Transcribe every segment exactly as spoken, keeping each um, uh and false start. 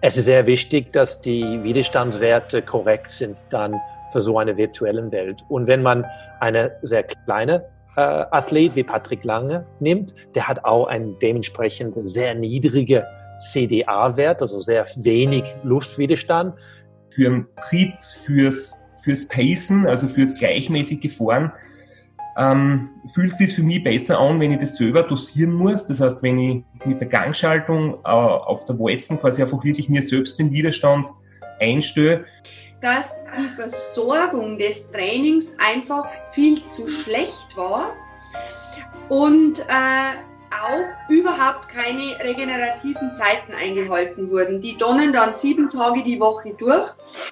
Es ist sehr wichtig, dass die Widerstandswerte korrekt sind dann für so eine virtuelle Welt. Und wenn man eine sehr kleine äh, Athlet wie Patrick Lange nimmt, der hat auch einen dementsprechend sehr niedrigen C D A-Wert, also sehr wenig Luftwiderstand. Für den Tritt, fürs, fürs Pacen, also fürs gleichmäßige Fahren, Ähm, fühlt es sich für mich besser an, wenn ich das selber dosieren muss. Das heißt, wenn ich mit der Gangschaltung äh, auf der Walzen quasi einfach wirklich mir selbst den Widerstand einstelle. Dass die Versorgung des Trainings einfach viel zu schlecht war und äh, auch überhaupt keine regenerativen Zeiten eingehalten wurden. Die donnen dann sieben Tage die Woche durch.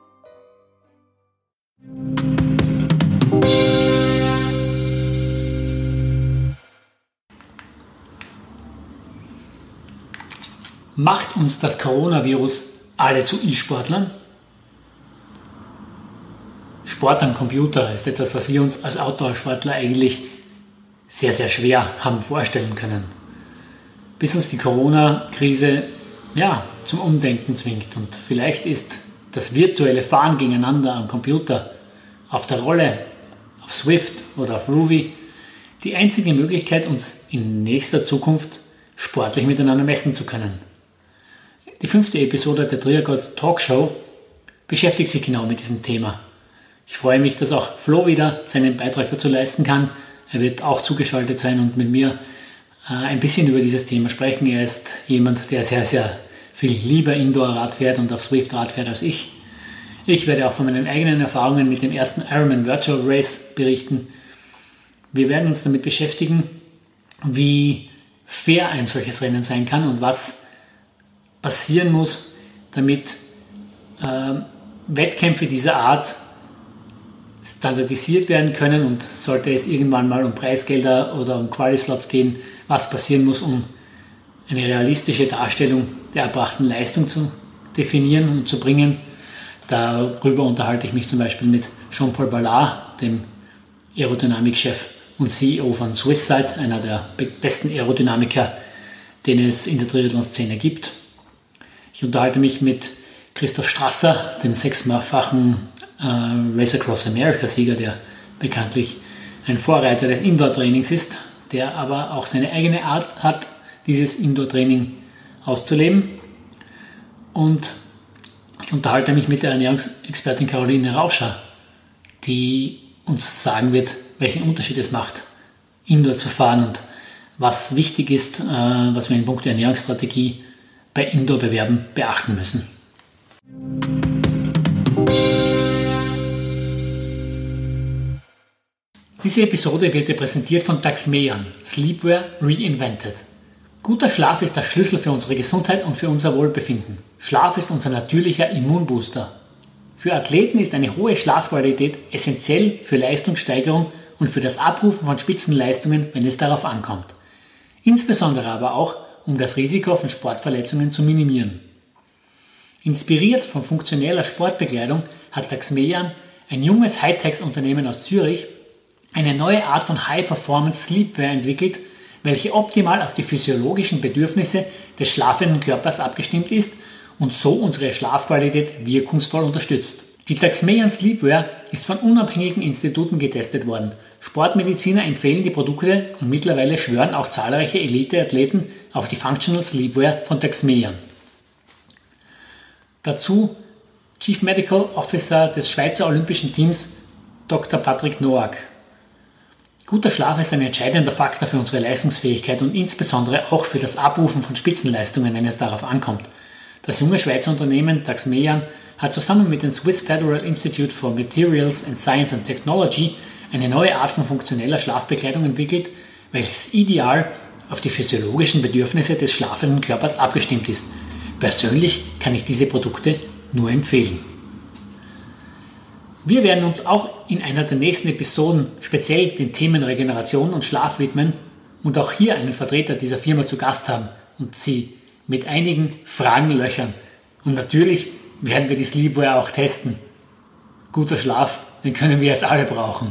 Macht uns das Coronavirus alle zu E-Sportlern? Sport am Computer ist etwas, was wir uns als Outdoor-Sportler eigentlich sehr, sehr schwer haben vorstellen können. Bis uns die Corona-Krise ja, zum Umdenken zwingt. Und vielleicht ist das virtuelle Fahren gegeneinander am Computer, auf der Rolle, auf Swift oder auf Ruby die einzige Möglichkeit, uns in nächster Zukunft sportlich miteinander messen zu können. Die fünfte Episode der Triagod Talkshow beschäftigt sich genau mit diesem Thema. Ich freue mich, dass auch Flo wieder seinen Beitrag dazu leisten kann. Er wird auch zugeschaltet sein und mit mir äh, ein bisschen über dieses Thema sprechen. Er ist jemand, der sehr, sehr viel lieber Indoor-Rad fährt und auf Swift Rad fährt als ich. Ich werde auch von meinen eigenen Erfahrungen mit dem ersten Ironman Virtual Race berichten. Wir werden uns damit beschäftigen, wie fair ein solches Rennen sein kann und was passieren muss, damit äh, Wettkämpfe dieser Art standardisiert werden können und sollte es irgendwann mal um Preisgelder oder um Quali-Slots gehen, was passieren muss, um eine realistische Darstellung der erbrachten Leistung zu definieren und zu bringen. Darüber unterhalte ich mich zum Beispiel mit Jean-Paul Ballard, dem Aerodynamikchef und C E O von Swisside, einer der besten Aerodynamiker, den es in der Triathlon-Szene gibt. Ich unterhalte mich mit Christoph Strasser, dem sechsfachen äh, Race Across America-Sieger, der bekanntlich ein Vorreiter des Indoor-Trainings ist, der aber auch seine eigene Art hat, dieses Indoor-Training auszuleben. Und ich unterhalte mich mit der Ernährungsexpertin Caroline Rauscher, die uns sagen wird, welchen Unterschied es macht, Indoor zu fahren und was wichtig ist, äh, was wir in puncto Ernährungsstrategie bei Indoor-Bewerben beachten müssen. Diese Episode wird dir präsentiert von Taxmean, Sleepwear Reinvented. Guter Schlaf ist der Schlüssel für unsere Gesundheit und für unser Wohlbefinden. Schlaf ist unser natürlicher Immunbooster. Für Athleten ist eine hohe Schlafqualität essentiell für Leistungssteigerung und für das Abrufen von Spitzenleistungen, wenn es darauf ankommt. Insbesondere aber auch, um das Risiko von Sportverletzungen zu minimieren. Inspiriert von funktioneller Sportbekleidung hat Taxmean, ein junges Hightech-Unternehmen aus Zürich, eine neue Art von High-Performance Sleepwear entwickelt, welche optimal auf die physiologischen Bedürfnisse des schlafenden Körpers abgestimmt ist und so unsere Schlafqualität wirkungsvoll unterstützt. Die Taxmean Sleepwear ist von unabhängigen Instituten getestet worden. Sportmediziner empfehlen die Produkte und mittlerweile schwören auch zahlreiche Elite-Athleten auf die Functional Sleepwear von Taxmean. Dazu Chief Medical Officer des Schweizer Olympischen Teams Doktor Patrick Noack. Guter Schlaf ist ein entscheidender Faktor für unsere Leistungsfähigkeit und insbesondere auch für das Abrufen von Spitzenleistungen, wenn es darauf ankommt. Das junge Schweizer Unternehmen Taxmean hat zusammen mit dem Swiss Federal Institute for Materials and Science and Technology eine neue Art von funktioneller Schlafbekleidung entwickelt, welches ideal auf die physiologischen Bedürfnisse des schlafenden Körpers abgestimmt ist. Persönlich kann ich diese Produkte nur empfehlen. Wir werden uns auch in einer der nächsten Episoden speziell den Themen Regeneration und Schlaf widmen und auch hier einen Vertreter dieser Firma zu Gast haben und sie mit einigen Fragen löchern. Und natürlich werden wir die Sleepwear auch testen. Guter Schlaf, den können wir jetzt alle brauchen.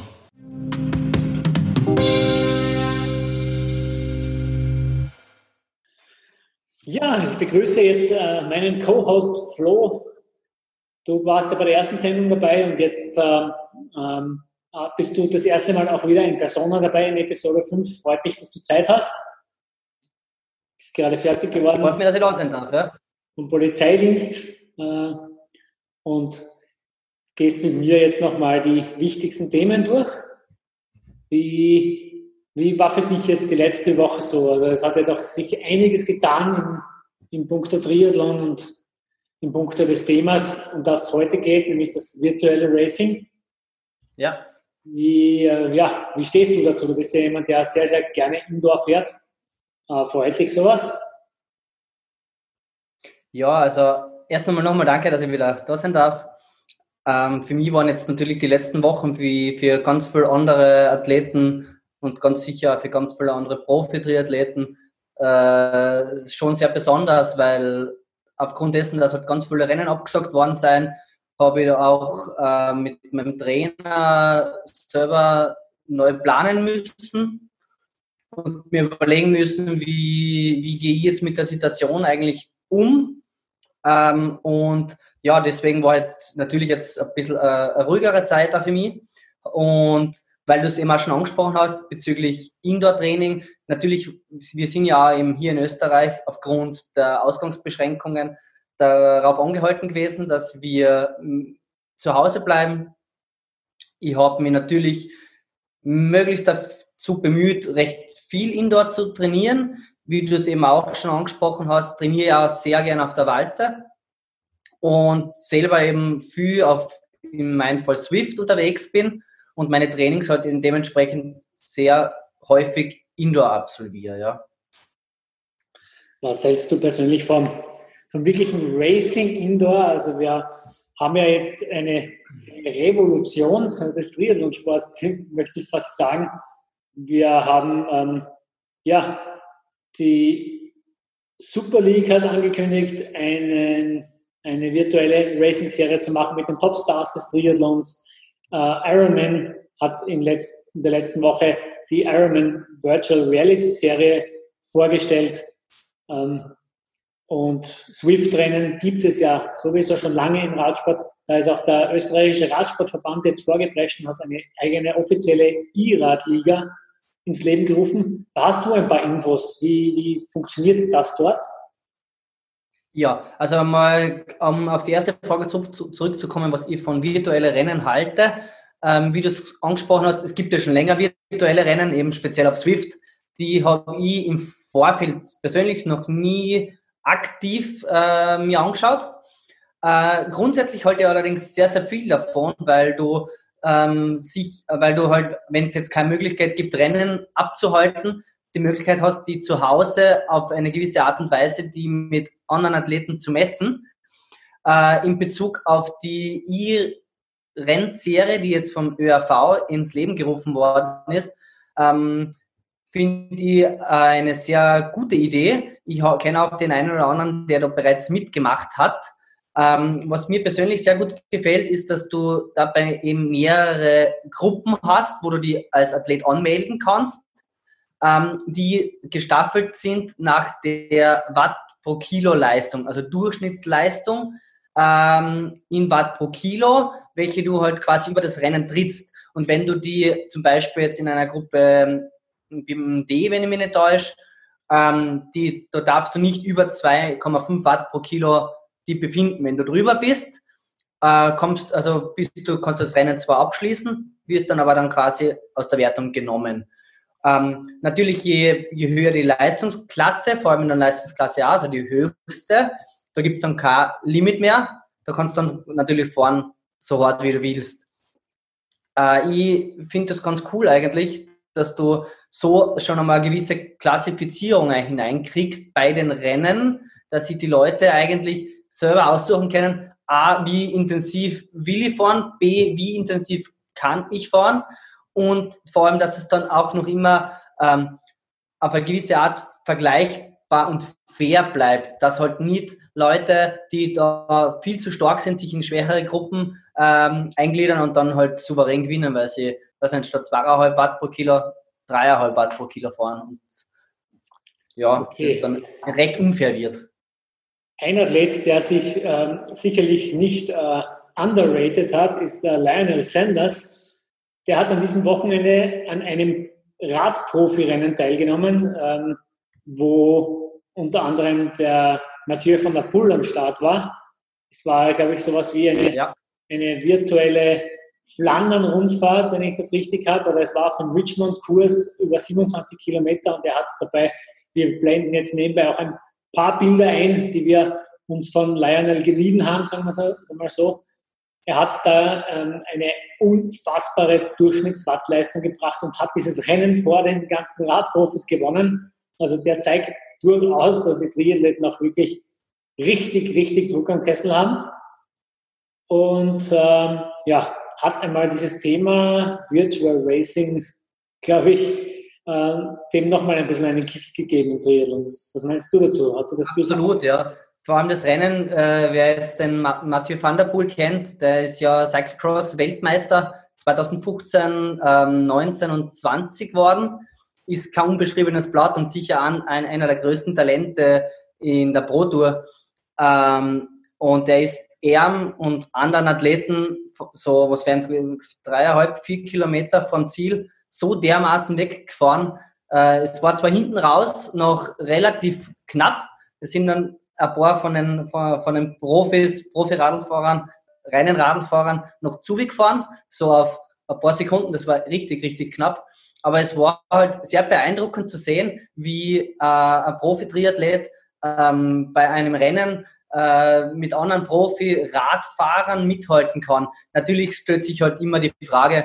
Ja, ich begrüße jetzt äh, meinen Co-Host Flo. Du warst ja bei der ersten Sendung dabei und jetzt äh, ähm, bist du das erste Mal auch wieder in Persona dabei in Episode fünf. Freut mich, dass du Zeit hast. Bist gerade fertig geworden. Freut mich, dass ich da sein darf, ja. Vom Polizeidienst äh, und gehst mit mir jetzt nochmal die wichtigsten Themen durch. Wie, wie war für dich jetzt die letzte Woche so? Also es hat ja doch sich einiges getan in, in puncto Triathlon und in puncto des Themas, um das heute geht, nämlich das virtuelle Racing. Ja. Wie, äh, ja, wie stehst du dazu? Du bist ja jemand, der sehr, sehr gerne Indoor fährt. Äh, freut dich sowas? Ja, also erst einmal nochmal danke, dass ich wieder da sein darf. Ähm, für mich waren jetzt natürlich die letzten Wochen wie für ganz viele andere Athleten und ganz sicher für ganz viele andere Profi-Triathleten äh, schon sehr besonders, weil aufgrund dessen, dass halt ganz viele Rennen abgesagt worden sind, habe ich da auch äh, mit meinem Trainer selber neu planen müssen und mir überlegen müssen, wie, wie gehe ich jetzt mit der Situation eigentlich um. Ähm, und ja, deswegen war jetzt natürlich jetzt ein bisschen äh, eine ruhigere Zeit da für mich. Und weil du es eben auch schon angesprochen hast bezüglich Indoor-Training, natürlich, wir sind ja eben hier in Österreich aufgrund der Ausgangsbeschränkungen darauf angehalten gewesen, dass wir m, zu Hause bleiben. Ich habe mich natürlich möglichst dazu bemüht, recht viel Indoor zu trainieren. Wie du es eben auch schon angesprochen hast, trainiere ich auch sehr gerne auf der Walze und selber eben viel auf, in meinem Fall Swift unterwegs bin und meine Trainings halt dementsprechend sehr häufig Indoor absolviere. Ja. Was hältst du persönlich vom, vom wirklichen Racing Indoor? Also wir haben ja jetzt eine Revolution des Triathlonsports, möchte ich fast sagen. Wir haben ähm, ja die Super League hat angekündigt, einen, eine virtuelle Racing-Serie zu machen mit den Topstars des Triathlons. Äh, Ironman hat in, letzt, in der letzten Woche die Ironman Virtual Reality Serie vorgestellt. Ähm, und Swift-Rennen gibt es ja sowieso schon lange im Radsport. Da ist auch der österreichische Radsportverband jetzt vorgeprescht und hat eine eigene offizielle E-Rad-Liga ins Leben gerufen. Da hast du ein paar Infos. Wie, wie funktioniert das dort? Ja, also mal um auf die erste Frage zu, zu, zurückzukommen, was ich von virtuellen Rennen halte. Ähm, wie du es angesprochen hast, es gibt ja schon länger virtuelle Rennen, eben speziell auf Swift. Die habe ich im Vorfeld persönlich noch nie aktiv äh, mir angeschaut. Äh, grundsätzlich halte ich allerdings sehr, sehr viel davon, weil du ähm, sich, weil du halt, wenn es jetzt keine Möglichkeit gibt, Rennen abzuhalten, die Möglichkeit hast, die zu Hause auf eine gewisse Art und Weise, die mit anderen Athleten zu messen. Äh, in Bezug auf die E-Rennserie, die jetzt vom ÖRV ins Leben gerufen worden ist, ähm, finde ich eine sehr gute Idee. Ich kenne auch den einen oder anderen, der da bereits mitgemacht hat. Ähm, was mir persönlich sehr gut gefällt, ist, dass du dabei eben mehrere Gruppen hast, wo du die als Athlet anmelden kannst, ähm, die gestaffelt sind nach der Watt pro Kilo Leistung, also Durchschnittsleistung ähm, in Watt pro Kilo, welche du halt quasi über das Rennen trittst. Und wenn du die zum Beispiel jetzt in einer Gruppe beim D, wenn ich mich nicht täusche, ähm, die, da darfst du nicht über zwei Komma fünf Watt pro Kilo die befinden. Wenn du drüber bist, äh, kommst, also bist du, kannst das Rennen zwar abschließen, wirst dann aber dann quasi aus der Wertung genommen. Ähm, natürlich, je, je höher die Leistungsklasse, vor allem in der Leistungsklasse A, also die höchste, da gibt es dann kein Limit mehr. Da kannst du dann natürlich fahren, so hart wie du willst. Äh, ich finde das ganz cool eigentlich, dass du so schon einmal eine gewisse Klassifizierung hineinkriegst bei den Rennen, dass sich die Leute eigentlich selber aussuchen können, A, wie intensiv will ich fahren, B, wie intensiv kann ich fahren und vor allem, dass es dann auch noch immer ähm, auf eine gewisse Art vergleichbar und fair bleibt, dass halt nicht Leute, die da viel zu stark sind, sich in schwächere Gruppen ähm, eingliedern und dann halt souverän gewinnen, weil sie, was sind statt zwei Komma fünf Watt pro Kilo, drei Komma fünf Watt pro Kilo fahren und ja, okay. Das dann recht unfair wird. Ein Athlet, der sich äh, sicherlich nicht äh, underrated hat, ist der Lionel Sanders. Der hat an diesem Wochenende an einem Radprofirennen teilgenommen, ähm, wo unter anderem der Mathieu van der Poel am Start war. Es war, glaube ich, sowas wie eine, ja. eine virtuelle Flandern-Rundfahrt, wenn ich das richtig habe, oder es war auf dem Richmond-Kurs über siebenundzwanzig Kilometer und er hat dabei, wir blenden jetzt nebenbei auch ein paar Bilder ein, die wir uns von Lionel geliehen haben, sagen wir so, sagen wir mal so. Er hat da ähm, eine unfassbare Durchschnittswattleistung gebracht und hat dieses Rennen vor den ganzen Radprofis gewonnen. Also der zeigt durchaus, dass die Triathleten auch wirklich richtig, richtig Druck am Kessel haben. Und ähm, ja, hat einmal dieses Thema Virtual Racing, glaube ich, äh, dem nochmal ein bisschen einen Kick gegeben im Triathlon. Was meinst du dazu? Hast du das Absolut, ja. Vor allem das Rennen, äh, wer jetzt den Ma- Mathieu van der Poel kennt, der ist ja Cyclocross-Weltmeister zwanzig fünfzehn, ähm, neunzehn und zwanzig worden, ist kein unbeschriebenes Blatt und sicher an, ein, einer der größten Talente in der Pro Tour. Ähm, und der ist er und anderen Athleten, so was wären es, dreieinhalb, vier Kilometer vom Ziel, so dermaßen weggefahren. Äh, es war zwar hinten raus noch relativ knapp, es sind dann ein paar von den, von, von den Profis, Profi-Radlfahrern, reinen Radlfahrern noch zugefahren, so auf ein paar Sekunden, das war richtig, richtig knapp. Aber es war halt sehr beeindruckend zu sehen, wie äh, ein Profi-Triathlet ähm, bei einem Rennen äh, mit anderen Profi-Radfahrern mithalten kann. Natürlich stellt sich halt immer die Frage,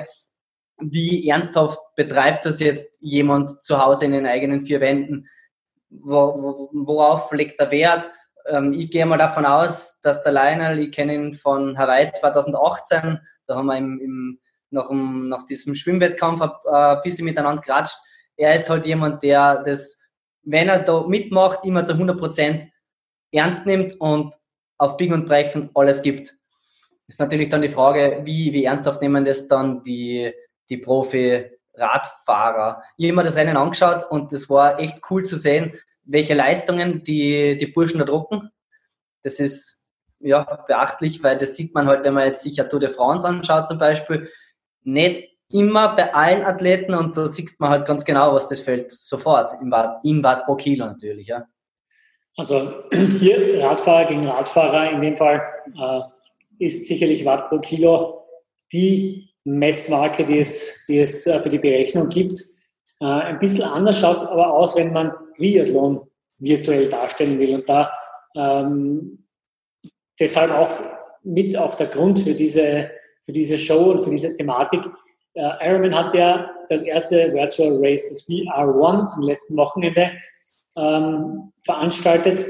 wie ernsthaft betreibt das jetzt jemand zu Hause in den eigenen vier Wänden? Wo, wo, worauf legt er Wert? Ähm, ich gehe mal davon aus, dass der Lionel, ich kenne ihn von Hawaii zwanzig achtzehn, da haben wir im, im, nach, dem, nach diesem Schwimmwettkampf ein äh, bisschen miteinander geratscht. Er ist halt jemand, der das, wenn er da mitmacht, immer zu hundert Prozent ernst nimmt und auf Biegen und Brechen alles gibt. Ist natürlich dann die Frage, wie, wie ernsthaft nehmen das dann die, die Profi-Radfahrer. Ich habe mir das Rennen angeschaut und es war echt cool zu sehen, welche Leistungen die, die Burschen da drucken. Das ist ja beachtlich, weil das sieht man halt, wenn man jetzt sich eine Tour de France anschaut zum Beispiel, nicht immer bei allen Athleten und da sieht man halt ganz genau, was das fällt, sofort, im Watt, in Watt pro Kilo natürlich. Ja. Also hier Radfahrer gegen Radfahrer, in dem Fall äh, ist sicherlich Watt pro Kilo die Messmarke, die es, die es für die Berechnung gibt. Äh, ein bisschen anders schaut es aber aus, wenn man Triathlon virtuell darstellen will. Und da ähm, deshalb auch mit auch der Grund für diese, für diese Show und für diese Thematik. Äh, Ironman hat ja das erste Virtual Race, das V R eins, am letzten Wochenende ähm, veranstaltet.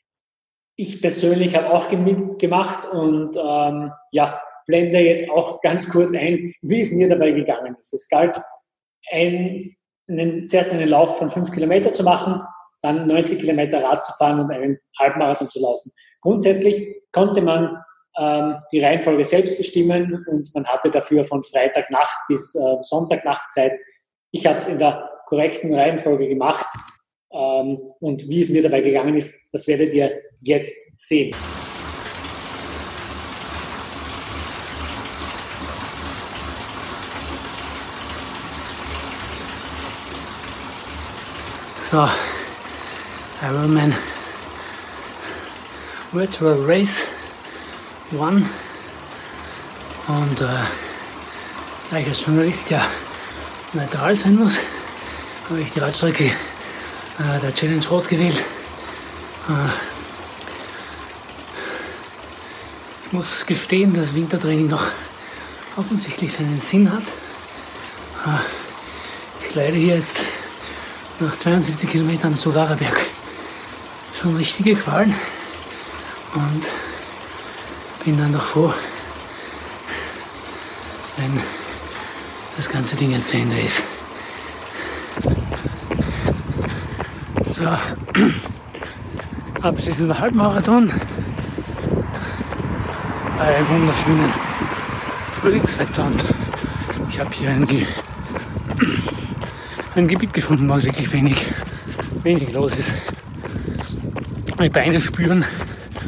Ich persönlich habe auch mitgemacht und ähm, ja, blende jetzt auch ganz kurz ein, wie es mir dabei gegangen ist. Es galt, ein, einen, zuerst einen Lauf von fünf Kilometer zu machen, dann neunzig Kilometer Rad zu fahren und einen Halbmarathon zu laufen. Grundsätzlich konnte man ähm, die Reihenfolge selbst bestimmen und man hatte dafür von Freitagnacht bis äh, Sonntagnacht Zeit. Ich habe es in der korrekten Reihenfolge gemacht ähm, und wie es mir dabei gegangen ist, das werdet ihr jetzt sehen. So, Ironman Virtual Race One und äh, da ich als Journalist ja neutral sein muss, habe ich die Radstrecke äh, der Challenge Rot gewählt. Äh, ich muss gestehen, dass Wintertraining noch offensichtlich seinen Sinn hat. Äh, ich leide hier jetzt nach zweiundsiebzig Kilometern am Solaraberg schon richtige Qualen und bin dann doch froh, wenn das ganze Ding jetzt zu Ende ist. So, abschließender Halbmarathon bei einem wunderschönen Frühlingswetter und ich habe hier ein Ge ein Gebiet gefunden, wo wirklich wenig, wenig los ist. Meine Beine spüren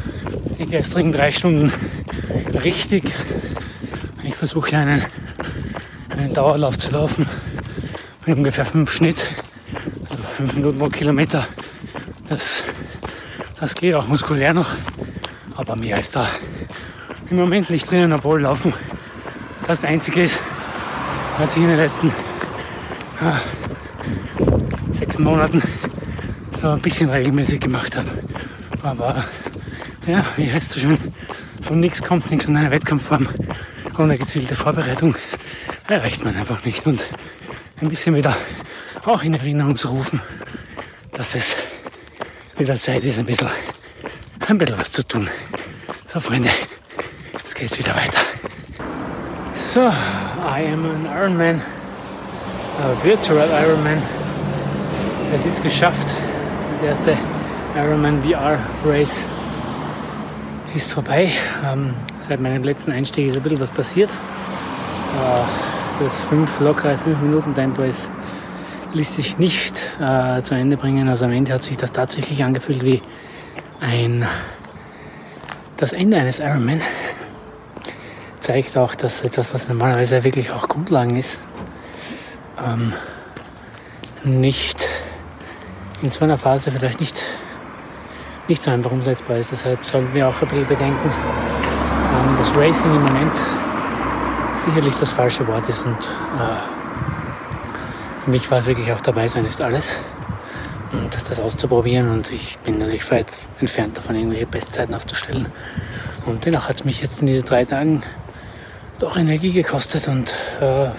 die gestrigen drei Stunden richtig. Ich versuche einen, einen Dauerlauf zu laufen mit ungefähr fünf Schnitt, also fünf Minuten pro Kilometer. Das, das geht auch muskulär noch, aber mehr ist da im Moment nicht drinnen, obwohl Laufen das Einzige ist, was ich in den letzten ja, sechs Monaten so ein bisschen regelmäßig gemacht habe. Aber ja, wie heißt es schon, von nichts kommt nichts und eine Wettkampfform ohne gezielte Vorbereitung erreicht man einfach nicht. Und ein bisschen wieder auch in Erinnerung zu rufen, dass es wieder Zeit ist, ein bisschen, ein bisschen was zu tun. So, Freunde, jetzt geht's wieder weiter. So, I am an Ironman, a virtual Ironman. Es ist geschafft. Das erste Ironman V R Race ist vorbei. Ähm, seit meinem letzten Einstieg ist ein bisschen was passiert. Äh, das fünf lockere fünf Minuten Tempo ist ließ sich nicht äh, zu Ende bringen. Also am Ende hat sich das tatsächlich angefühlt wie ein das Ende eines Ironman. Zeigt auch, dass etwas, was normalerweise wirklich auch Grundlagen ist, ähm, nicht in so einer Phase vielleicht nicht, nicht so einfach umsetzbar ist. Deshalb sollten wir auch ein bisschen bedenken, ähm, dass Racing im Moment sicherlich das falsche Wort ist und äh, für mich war es wirklich auch dabei sein ist alles und das auszuprobieren und ich bin natürlich weit entfernt davon, irgendwelche Bestzeiten aufzustellen. Und dennoch hat es mich jetzt in diesen drei Tagen doch Energie gekostet und äh,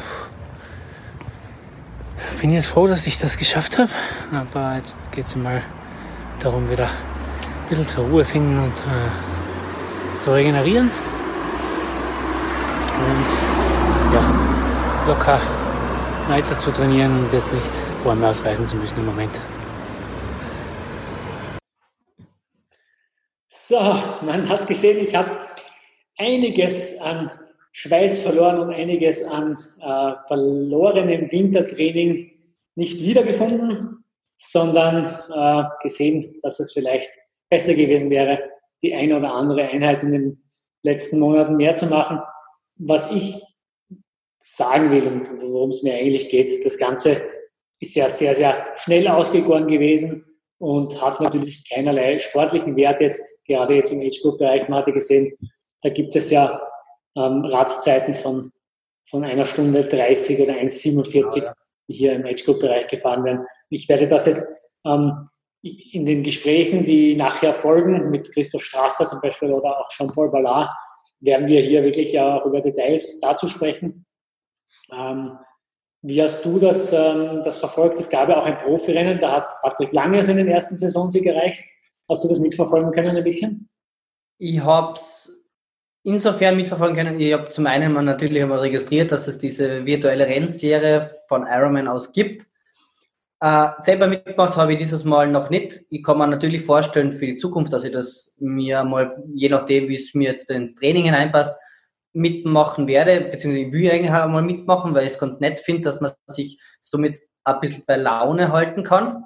bin jetzt froh, dass ich das geschafft habe. Aber jetzt geht es mal darum, wieder ein bisschen zur Ruhe finden und äh, zu regenerieren. Und ja, locker weiter zu trainieren und jetzt nicht Bäume ausreißen zu müssen im Moment. So, man hat gesehen, ich habe einiges an Schweiß verloren und einiges an äh, verlorenem Wintertraining nicht wiedergefunden, sondern äh, gesehen, dass es vielleicht besser gewesen wäre, die eine oder andere Einheit in den letzten Monaten mehr zu machen. Was ich sagen will und worum es mir eigentlich geht, das Ganze ist ja sehr, sehr schnell ausgegoren gewesen und hat natürlich keinerlei sportlichen Wert jetzt, gerade jetzt im Age-Group-Bereich. Man hatte gesehen, da gibt es ja ähm, Radzeiten von, von einer Stunde dreißig oder eins siebenundvierzig, die hier im Age-Group-Bereich gefahren werden. Ich werde das jetzt ähm, in den Gesprächen, die nachher folgen, mit Christoph Strasser zum Beispiel oder auch Jean-Paul Ballard, werden wir hier wirklich auch über Details dazu sprechen. Ähm, Wie hast du das, ähm, das verfolgt? Es gab ja auch ein Profirennen, da hat Patrick Lange seinen ersten Saisonsieg erreicht. Hast du das mitverfolgen können ein bisschen? Ich habe es insofern mitverfolgen können. Ich habe zum einen mal natürlich einmal registriert, dass es diese virtuelle Rennserie von Ironman aus gibt. Äh, selber mitgemacht habe ich dieses Mal noch nicht. Ich kann mir natürlich vorstellen für die Zukunft, dass ich das mir mal, je nachdem, wie es mir jetzt ins Training hineinpasst, mitmachen werde, beziehungsweise ich will eigentlich auch mal mitmachen, weil ich es ganz nett finde, dass man sich somit ein bisschen bei Laune halten kann.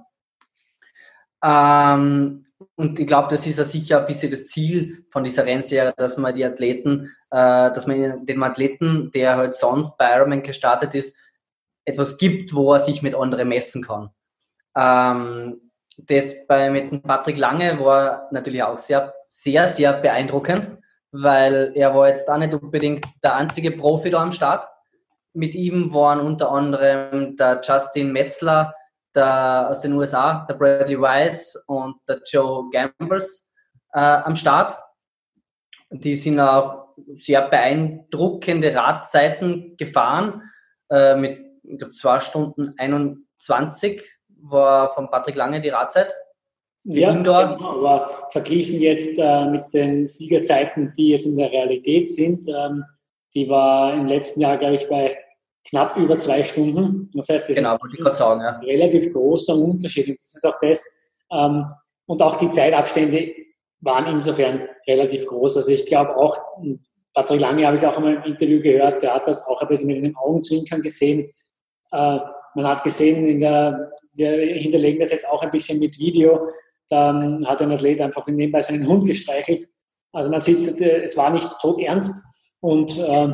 Ähm, und ich glaube, das ist ja sicher ein bisschen das Ziel von dieser Rennserie, dass man die Athleten, äh, dass man dem Athleten, der halt sonst bei Ironman gestartet ist, etwas gibt, wo er sich mit anderen messen kann. Ähm, das bei mit dem Patrick Lange war natürlich auch sehr, sehr, sehr beeindruckend, weil er war jetzt auch nicht unbedingt der einzige Profi da am Start. Mit ihm waren unter anderem der Justin Metzler der, aus den U S A, der Brady Wise und der Joe Gambers äh, am Start. Die sind auch sehr beeindruckende Radzeiten gefahren. Äh, mit, ich glaube, zwei Stunden einundzwanzig war von Patrick Lange die Radzeit. Die ja, Indoor. Genau, aber verglichen jetzt äh, mit den Siegerzeiten, die jetzt in der Realität sind, ähm, die war im letzten Jahr, glaube ich, bei knapp über zwei Stunden. Das heißt, das genau, ist ich gerade sagen, ja. ein relativ großer Unterschied. Und das ist auch das. Ähm, und auch die Zeitabstände waren insofern relativ groß. Also ich glaube auch, Patrick Lange habe ich auch einmal im Interview gehört, der hat das auch ein bisschen mit einem Augenzwinkern gesehen. Äh, man hat gesehen, in der, wir hinterlegen das jetzt auch ein bisschen mit Video, da hat ein Athlet einfach nebenbei seinen Hund gestreichelt Also man sieht, es war nicht todernst und äh,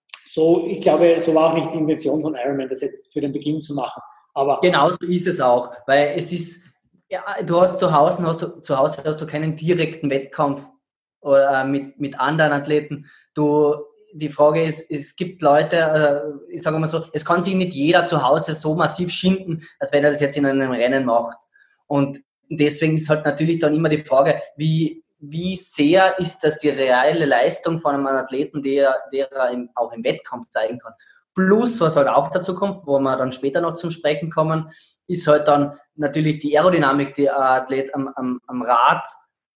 so, ich glaube, so war auch nicht die Intention von Ironman, das jetzt für den Beginn zu machen. Aber genau so ist es auch, weil es ist, ja, du hast zu Hause, hast du, zu Hause hast du keinen direkten Wettkampf oder, äh, mit, mit anderen Athleten. Du, die Frage ist, es gibt Leute, äh, ich sage mal so, es kann sich nicht jeder zu Hause so massiv schinden, als wenn er das jetzt in einem Rennen macht. Und deswegen ist halt natürlich dann immer die Frage, wie Wie sehr ist das die reale Leistung von einem Athleten, der, der er im, auch im Wettkampf zeigen kann? Plus, was halt auch dazu kommt, wo wir dann später noch zum Sprechen kommen, ist halt dann natürlich die Aerodynamik, die ein Athlet am, am, am Rad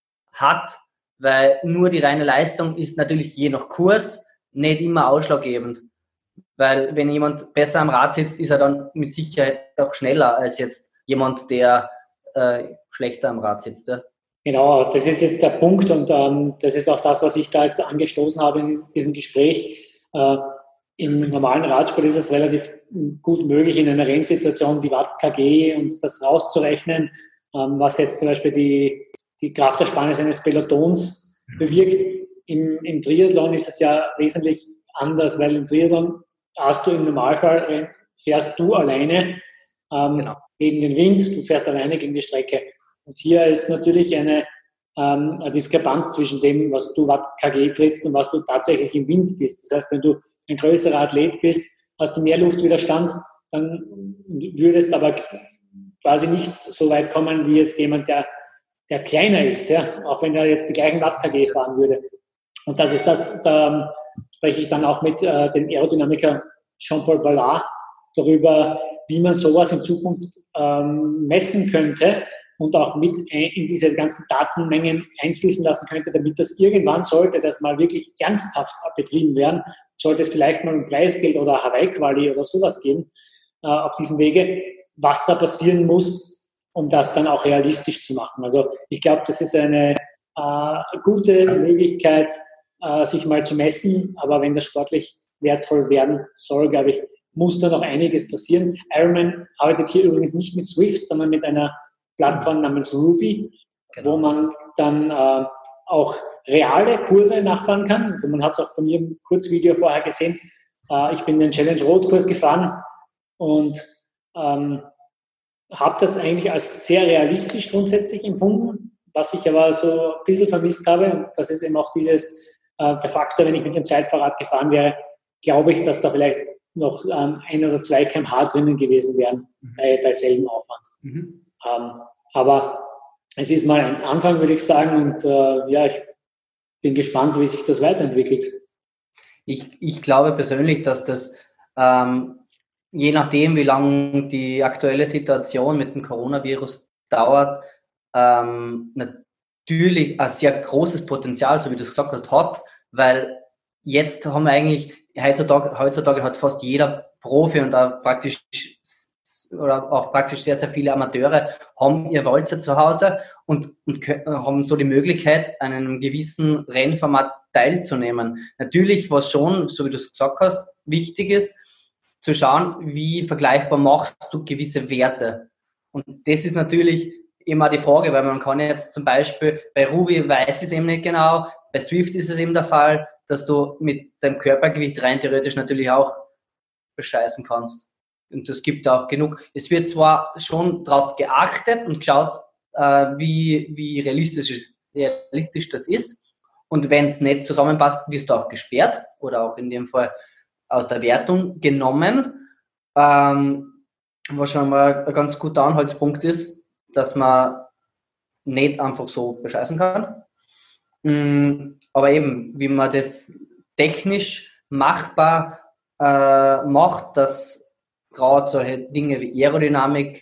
hat, weil nur die reine Leistung ist natürlich je nach Kurs nicht immer ausschlaggebend. Weil wenn jemand besser am Rad sitzt, ist er dann mit Sicherheit auch schneller als jetzt jemand, der äh, schlechter am Rad sitzt. Ja. Genau, das ist jetzt der Punkt und ähm, das ist auch das, was ich da jetzt angestoßen habe in diesem Gespräch. Äh, Im normalen Radsport ist es relativ gut möglich, in einer Rennsituation die Watt-K G und das rauszurechnen, ähm, was jetzt zum Beispiel die, die Kraftersparnis eines Pelotons bewirkt. Im, Im Triathlon ist es ja wesentlich anders, weil im Triathlon hast du im Normalfall, fährst du alleine ähm, genau. gegen den Wind, du fährst alleine gegen die Strecke. Und hier ist natürlich eine, ähm, eine Diskrepanz zwischen dem, was du Watt-K G trittst und was du tatsächlich im Wind bist. Das heißt, wenn du ein größerer Athlet bist, hast du mehr Luftwiderstand, dann würdest aber quasi nicht so weit kommen wie jetzt jemand, der, der kleiner ist, ja? Auch wenn er jetzt die gleichen Watt-K G fahren würde. Und das ist das, da spreche ich dann auch mit äh, dem Aerodynamiker Jean-Paul Ballard darüber, wie man sowas in Zukunft ähm, messen könnte und auch mit in diese ganzen Datenmengen einfließen lassen könnte, damit das irgendwann, sollte das mal wirklich ernsthaft betrieben werden, sollte es vielleicht mal ein Preisgeld oder Hawaii-Quali oder sowas geben äh, auf diesem Wege, was da passieren muss, um das dann auch realistisch zu machen. Also ich glaube, das ist eine äh, gute Möglichkeit, äh, sich mal zu messen, aber wenn das sportlich wertvoll werden soll, glaube ich, muss da noch einiges passieren. Ironman arbeitet hier übrigens nicht mit Swift, sondern mit einer Plattform namens Rouvy, genau. wo man dann äh, auch reale Kurse nachfahren kann. Also man hat es auch bei mir im Kurzvideo vorher gesehen. Äh, ich bin den Challenge Road Kurs gefahren und ähm, habe das eigentlich als sehr realistisch grundsätzlich empfunden, was ich aber so ein bisschen vermisst habe. Und das ist eben auch dieses, äh, der Faktor, wenn ich mit dem Zeitfahrrad gefahren wäre, glaube ich, dass da vielleicht noch ähm, ein oder zwei Kilometer pro Stunde drinnen gewesen wären mhm. bei, bei selben Aufwand. Mhm. Ähm, aber es ist mal ein Anfang, würde ich sagen, und äh, ja, ich bin gespannt, wie sich das weiterentwickelt. Ich, ich glaube persönlich, dass das ähm, je nachdem, wie lange die aktuelle Situation mit dem Coronavirus dauert, ähm, natürlich ein sehr großes Potenzial, so wie du es gesagt hast, hat, weil jetzt haben wir eigentlich, heutzutage, heutzutage hat fast jeder Profi und auch praktisch oder auch praktisch sehr, sehr viele Amateure haben ihr Walzer zu Hause und, und haben so die Möglichkeit, an einem gewissen Rennformat teilzunehmen. Natürlich, was schon, so wie du es gesagt hast, wichtig ist, zu schauen, wie vergleichbar machst du gewisse Werte. Und das ist natürlich immer die Frage, weil man kann jetzt zum Beispiel, bei Rouvy weiß es eben nicht genau, bei Swift ist es eben der Fall, dass du mit deinem Körpergewicht rein theoretisch natürlich auch bescheißen kannst. Und es gibt auch genug. Es wird zwar schon darauf geachtet und geschaut, äh, wie, wie realistisch, realistisch das ist. Und wenn es nicht zusammenpasst, wirst du auch gesperrt oder auch in dem Fall aus der Wertung genommen. Ähm, was schon mal ein ganz guter Anhaltspunkt ist, dass man nicht einfach so bescheißen kann. Mm, aber eben, wie man das technisch machbar äh, macht, dass gerade solche Dinge wie Aerodynamik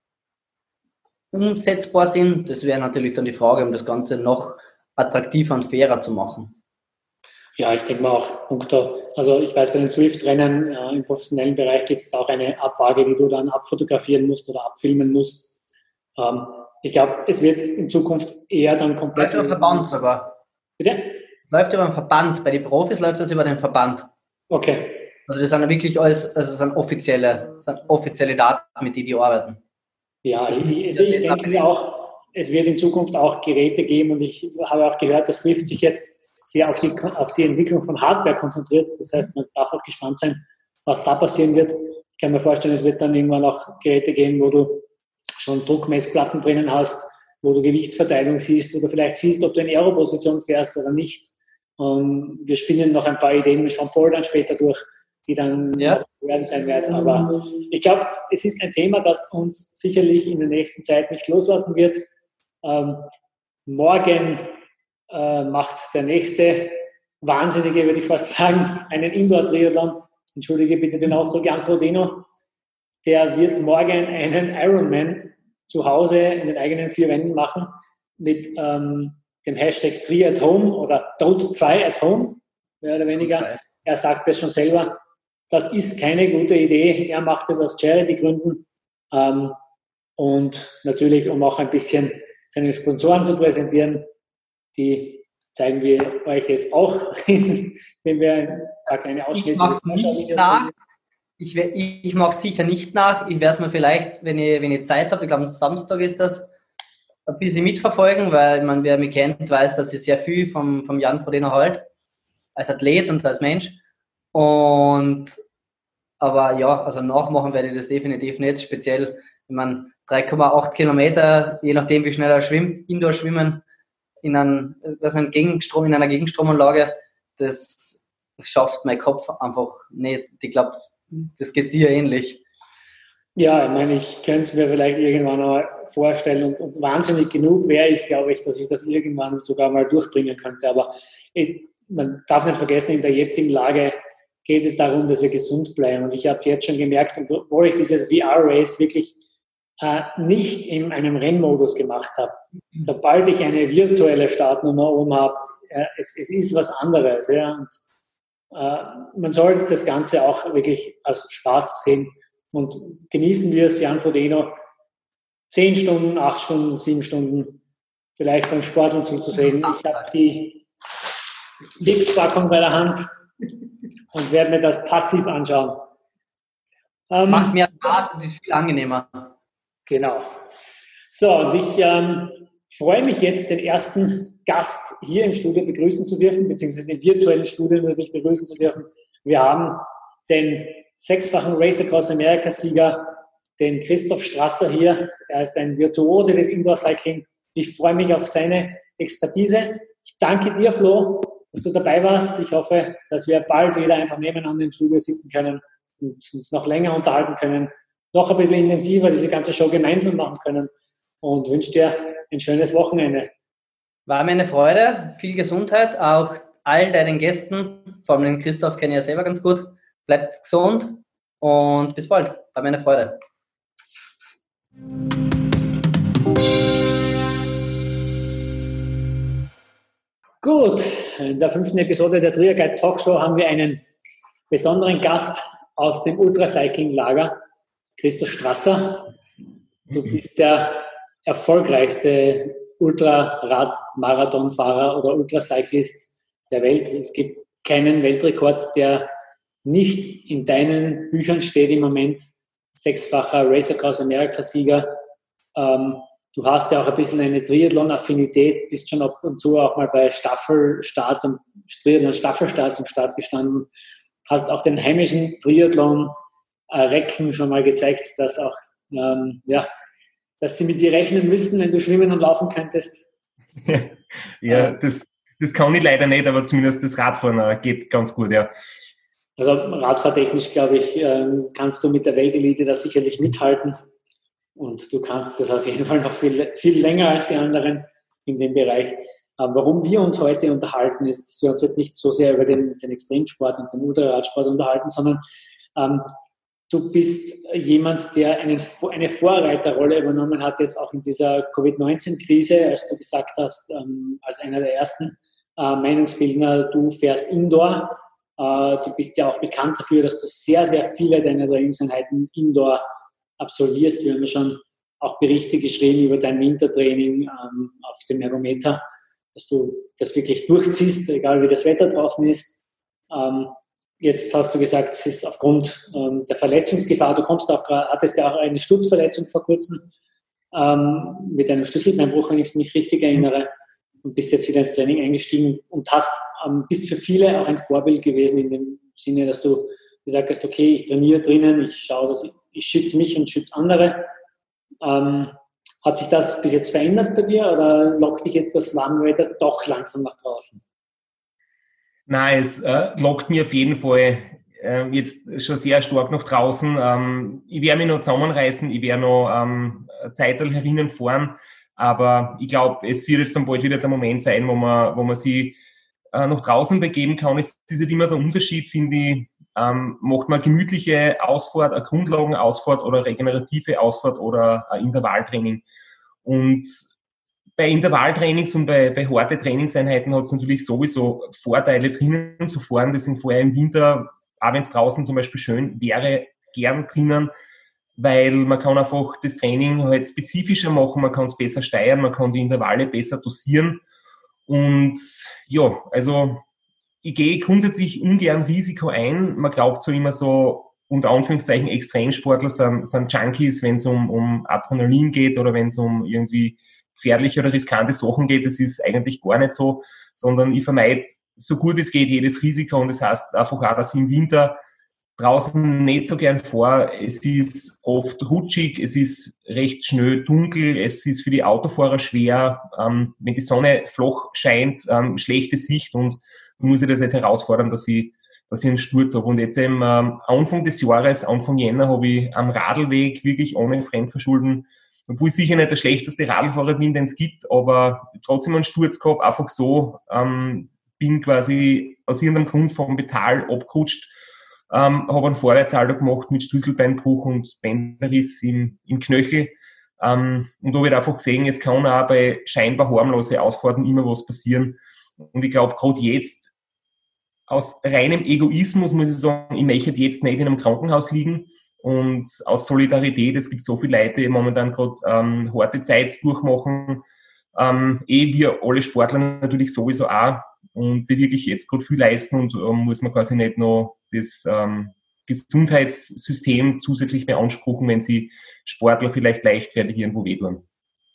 umsetzbar sind. Das wäre natürlich dann die Frage, um das Ganze noch attraktiver und fairer zu machen. Ja, ich denke mal auch, punkto. Also ich weiß, bei den Swift-Rennen äh, im professionellen Bereich gibt es auch eine Abwaage, die du dann abfotografieren musst oder abfilmen musst. Ähm, ich glaube, es wird in Zukunft eher dann komplett... Läuft über den Verband sogar. Bitte? Läuft über den Verband. Bei den Profis läuft das über den Verband. Okay. Also das sind wirklich alles, also das sind offizielle, das sind offizielle Daten, mit denen die arbeiten. Ja, ich, ich, ich denke mir auch, es wird in Zukunft auch Geräte geben und ich habe auch gehört, dass Swift sich jetzt sehr auf die, auf die Entwicklung von Hardware konzentriert. Das heißt, man darf auch gespannt sein, was da passieren wird. Ich kann mir vorstellen, es wird dann irgendwann auch Geräte geben, wo du schon Druckmessplatten drinnen hast, wo du Gewichtsverteilung siehst, wo du vielleicht siehst, ob du in Aero-Position fährst oder nicht. Und wir spielen noch ein paar Ideen mit Jean-Paul dann später durch, die dann ja. noch werden sein werden. Aber ich glaube, es ist ein Thema, das uns sicherlich in der nächsten Zeit nicht loslassen wird. Ähm, morgen äh, macht der nächste Wahnsinnige, würde ich fast sagen, einen Indoor-Triathlon. Entschuldige bitte den Ausdruck, Jan Frodeno. Der wird morgen einen Ironman zu Hause in den eigenen vier Wänden machen mit ähm, dem Hashtag Try at Home oder Don't Try at Home, mehr oder weniger. Okay. Er sagt es schon selber, das ist keine gute Idee. Er macht es aus Charity-Gründen ähm, und natürlich, um auch ein bisschen seine Sponsoren zu präsentieren. Die zeigen wir euch jetzt auch, indem wir ein paar kleine Ausschnitte... Ich mache es nicht nach. Ich, ich mache es sicher nicht nach. Ich werde es mir vielleicht, wenn ich, wenn ich Zeit habe, ich glaube am Samstag ist das, ein bisschen mitverfolgen, weil man, wer mich kennt, weiß, dass ich sehr viel vom, vom Jan Frodeno halte, als Athlet und als Mensch. Und aber ja, also nachmachen werde ich das definitiv nicht, speziell wenn man drei Komma acht Kilometer, je nachdem wie schnell er schwimmt, Indoor schwimmen in, einem, also ein Gegenstrom, in einer Gegenstromanlage, das schafft mein Kopf einfach nicht. Ich glaube, das geht dir ähnlich. Ja, ich meine, ich könnte es mir vielleicht irgendwann mal vorstellen und, und wahnsinnig genug wäre ich, glaube ich, dass ich das irgendwann sogar mal durchbringen könnte. Aber ich, man darf nicht vergessen, in der jetzigen Lage geht es darum, dass wir gesund bleiben. Und ich habe jetzt schon gemerkt, obwohl ich dieses V R-Race wirklich äh, nicht in einem Rennmodus gemacht habe, sobald ich eine virtuelle Startnummer oben habe, äh, es, es ist was anderes. Ja? Und äh, man sollte das Ganze auch wirklich als Spaß sehen. Und genießen wir es, Jan Frodeno, zehn Stunden, acht Stunden, sieben Stunden vielleicht beim Sporteln zuzusehen. Ich habe die Chips-Packung bei der Hand und werde mir das passiv anschauen. Ähm, Macht mir Spaß und ist viel angenehmer. Genau. So, und ich ähm, freue mich jetzt, den ersten Gast hier im Studio begrüßen zu dürfen, beziehungsweise im virtuellen Studio wirklich begrüßen zu dürfen. Wir haben den sechsfachen Race Across America-Sieger, den Christoph Strasser hier. Er ist ein Virtuose des Indoor-Cycling. Ich freue mich auf seine Expertise. Ich danke dir, Flo, dass du dabei warst. Ich hoffe, dass wir bald wieder einfach nebeneinander im Studio sitzen können und uns noch länger unterhalten können, noch ein bisschen intensiver diese ganze Show gemeinsam machen können und wünsche dir ein schönes Wochenende. War mir eine Freude. Viel Gesundheit, auch all deinen Gästen, vor allem den Christoph kenne ich ja selber ganz gut. Bleibt gesund und bis bald. War mir eine Freude. Gut, in der fünften Episode der Triaguide Talkshow haben wir einen besonderen Gast aus dem Ultracycling-Lager, Christoph Strasser. Du bist der erfolgreichste Ultrarad-Marathonfahrer oder Ultracyclist der Welt. Es gibt keinen Weltrekord, der nicht in deinen Büchern steht im Moment. Sechsfacher Race Across America-Sieger. Ähm, du hast ja auch ein bisschen eine Triathlon-Affinität, bist schon ab und zu auch mal bei Staffelstarts und Triathlon-Staffelstarts am Start gestanden. Hast auch den heimischen Triathlon-Recken äh, schon mal gezeigt, dass auch, ähm, ja, dass sie mit dir rechnen müssen, wenn du schwimmen und laufen könntest. Ja, das, das kann ich leider nicht, aber zumindest das Radfahren geht ganz gut, ja. Also radfahrtechnisch, glaube ich, kannst du mit der Weltelite da sicherlich mithalten und du kannst das auf jeden Fall noch viel, viel länger als die anderen in dem Bereich. Warum wir uns heute unterhalten, ist, dass wir uns jetzt nicht so sehr über den, den Extremsport und den Ultraradsport unterhalten, sondern ähm, du bist jemand, der einen, eine Vorreiterrolle übernommen hat, jetzt auch in dieser Covid neunzehn Krise, als du gesagt hast, ähm, als einer der ersten äh, Meinungsbildner, du fährst Indoor. Du bist ja auch bekannt dafür, dass du sehr, sehr viele deiner Trainingseinheiten Indoor absolvierst. Wir haben ja schon auch Berichte geschrieben über dein Wintertraining ähm, auf dem Ergometer, dass du das wirklich durchziehst, egal wie das Wetter draußen ist. Ähm, jetzt hast du gesagt, es ist aufgrund ähm, der Verletzungsgefahr. Du kommst auch, hattest ja auch eine Sturzverletzung vor kurzem ähm, mit einem Schlüsselbeinbruch, wenn ich mich richtig erinnere. und bist jetzt wieder ins Training eingestiegen und hast, ähm, bist für viele auch ein Vorbild gewesen in dem Sinne, dass du gesagt hast, okay, ich trainiere drinnen, ich schaue, dass ich, ich schütze mich und schütze andere. Ähm, hat sich das bis jetzt verändert bei dir oder lockt dich jetzt das warme Wetter doch langsam nach draußen? Nein, es äh, lockt mir auf jeden Fall äh, jetzt schon sehr stark nach draußen. Ähm, ich werde mich noch zusammenreißen, ich werde noch ähm, eine Zeit herinnen fahren, aber ich glaube, es wird jetzt dann bald wieder der Moment sein, wo man, wo man sich äh, nach draußen begeben kann. Es ist halt immer der Unterschied, finde ich, ähm, macht man eine gemütliche Ausfahrt, eine Grundlagenausfahrt oder regenerative Ausfahrt oder ein Intervalltraining. Und bei Intervalltrainings und bei, bei harten Trainingseinheiten hat es natürlich sowieso Vorteile, drinnen zu fahren. Das sind vorher im Winter, auch wenn es draußen zum Beispiel schön wäre, gern drinnen, weil man kann einfach das Training halt spezifischer machen, man kann es besser steuern, man kann die Intervalle besser dosieren. Und ja, also ich gehe grundsätzlich ungern Risiko ein. Man glaubt so immer so, unter Anführungszeichen Extremsportler sind, sind Junkies, wenn es um, um Adrenalin geht oder wenn es um irgendwie gefährliche oder riskante Sachen geht. Das ist eigentlich gar nicht so, sondern ich vermeide so gut es geht jedes Risiko und das heißt einfach auch, dass ich im Winter draußen nicht so gern fahre. Es ist oft rutschig, es ist recht schnell dunkel, es ist für die Autofahrer schwer, ähm, wenn die Sonne flach scheint, ähm, schlechte Sicht und muss ich das nicht herausfordern, dass ich, dass ich einen Sturz habe. Und jetzt eben ähm, Anfang des Jahres, Anfang Jänner, habe ich am Radlweg wirklich ohne Fremdverschulden, obwohl ich sicher nicht der schlechteste Radlfahrer bin, den es gibt, aber trotzdem einen Sturz gehabt, einfach so, ähm, bin quasi aus irgendeinem Grund vom Pedal abgerutscht, ähm, habe einen Vorwärtsalter gemacht mit Schlüsselbeinbruch und Bänderriss im, im Knöchel. Ähm, und da habe ich einfach gesehen, es kann auch bei scheinbar harmlosen Ausfahrten immer was passieren. Und ich glaube, gerade jetzt, aus reinem Egoismus muss ich sagen, ich möchte jetzt nicht in einem Krankenhaus liegen. Und aus Solidarität, es gibt so viele Leute, die momentan gerade ähm, harte Zeit durchmachen, ähm, eh wir alle Sportler natürlich sowieso auch und die wirklich jetzt gerade viel leisten und ähm, muss man quasi nicht noch das ähm, Gesundheitssystem zusätzlich beanspruchen, wenn sie Sportler vielleicht leichtfertig irgendwo wehtun.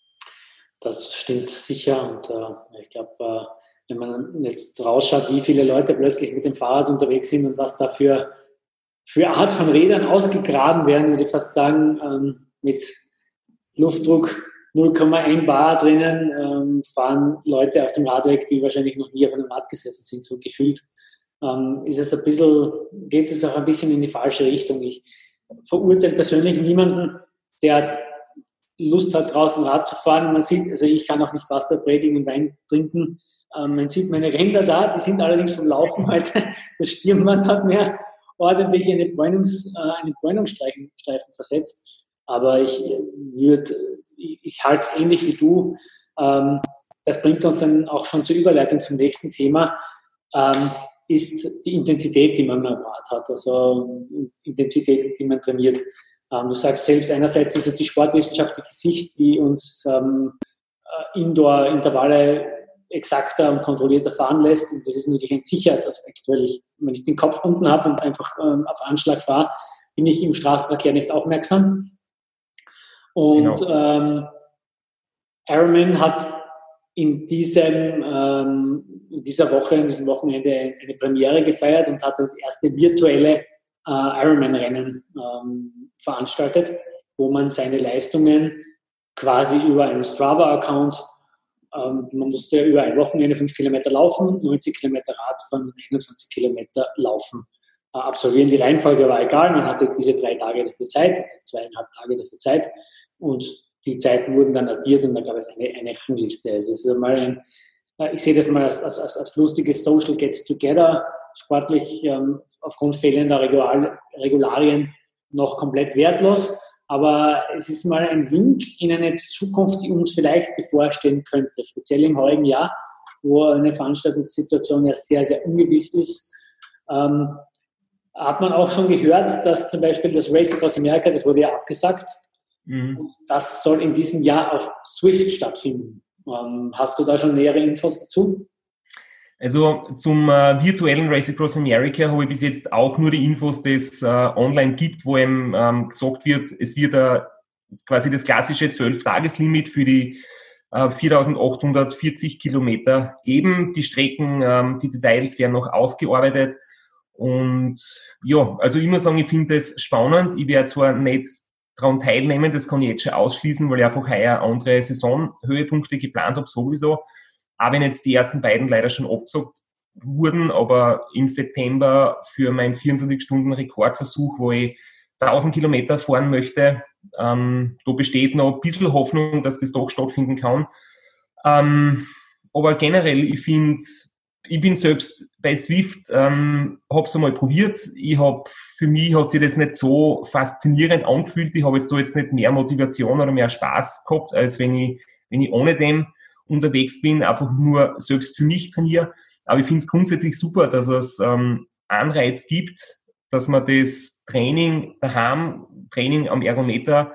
Das stimmt sicher und äh, ich glaube, äh, wenn man jetzt rausschaut, wie viele Leute plötzlich mit dem Fahrrad unterwegs sind und was dafür für Art von Rädern ausgegraben werden, würde ich fast sagen, ähm, mit Luftdruck null Komma eins Bar drinnen, ähm, fahren Leute auf dem Radweg, die wahrscheinlich noch nie auf einem Rad gesessen sind, so gefühlt. Ähm, ist es ein bisschen, geht es auch ein bisschen in die falsche Richtung. Ich verurteile persönlich niemanden, der Lust hat, draußen Rad zu fahren. Man sieht, also ich kann auch nicht Wasser predigen und Wein trinken. Ähm, man sieht meine Ränder da, die sind allerdings vom Laufen heute. Das Stirnband hat mir ordentlich eine Bräunungs, äh, einen Bräunungsstreifen versetzt. Aber ich würde, ich, ich halte es ähnlich wie du. Ähm, das bringt uns dann auch schon zur Überleitung zum nächsten Thema, ähm, ist die Intensität, die man am Rad hat. Also Intensität, die man trainiert. Ähm, du sagst selbst, einerseits ist es die sportwissenschaftliche Sicht, die uns ähm, Indoor-Intervalle exakter und kontrollierter fahren lässt. Und das ist natürlich ein Sicherheitsaspekt, weil ich, wenn ich den Kopf unten habe und einfach ähm, auf Anschlag fahre, bin ich im Straßenverkehr nicht aufmerksam. Und genau. ähm, Ironman hat in, diesem, ähm, in dieser Woche, in diesem Wochenende eine Premiere gefeiert und hat das erste virtuelle äh, Ironman-Rennen ähm, veranstaltet, wo man seine Leistungen quasi über einen Strava-Account, ähm, man musste über ein Wochenende fünf Kilometer laufen, neunzig Kilometer Radfahren, einundzwanzig Kilometer laufen. Äh, absolvieren. Die Reihenfolge war egal, man hatte diese drei Tage dafür Zeit, zweieinhalb Tage dafür Zeit und die Zeiten wurden dann addiert und da gab es eine, eine Rangliste. Also es ist mal ein, äh, ich sehe das mal als, als, als lustiges Social Get-Together, sportlich ähm, aufgrund fehlender Regular, Regularien noch komplett wertlos. Aber es ist mal ein Wink in eine Zukunft, die uns vielleicht bevorstehen könnte, speziell im heutigen Jahr, wo eine Veranstaltungssituation ja sehr, sehr ungewiss ist. Ähm, hat man auch schon gehört, dass zum Beispiel das Race Across America, das wurde ja abgesagt, mhm. und das soll in diesem Jahr auf Swift stattfinden. Ähm, hast du da schon nähere Infos dazu? Also zum äh, virtuellen Race Across America habe ich bis jetzt auch nur die Infos, die es äh, online gibt, wo eben ähm, gesagt wird, es wird äh, quasi das klassische zwölf-Tages-Limit für die äh, viertausendachthundertvierzig Kilometer geben. Die Strecken, ähm, die Details werden noch ausgearbeitet. Und ja, also ich muss sagen, ich finde das spannend. Ich werde zwar nicht daran teilnehmen, das kann ich jetzt schon ausschließen, weil ich einfach heuer andere Saisonhöhepunkte geplant habe sowieso. Auch wenn jetzt die ersten beiden leider schon abgesagt wurden, aber im September für meinen vierundzwanzig-Stunden-Rekordversuch, wo ich tausend Kilometer fahren möchte, ähm, da besteht noch ein bisschen Hoffnung, dass das doch stattfinden kann. Ähm, aber generell, ich finde, ich bin selbst bei Zwift, ähm, habe es einmal probiert. Ich habe, für mich hat sich das nicht so faszinierend angefühlt. Ich habe jetzt da jetzt nicht mehr Motivation oder mehr Spaß gehabt, als wenn ich, wenn ich ohne dem unterwegs bin, einfach nur selbst für mich trainiere. Aber ich finde es grundsätzlich super, dass es ähm, Anreiz gibt, dass man das Training daheim, Training am Ergometer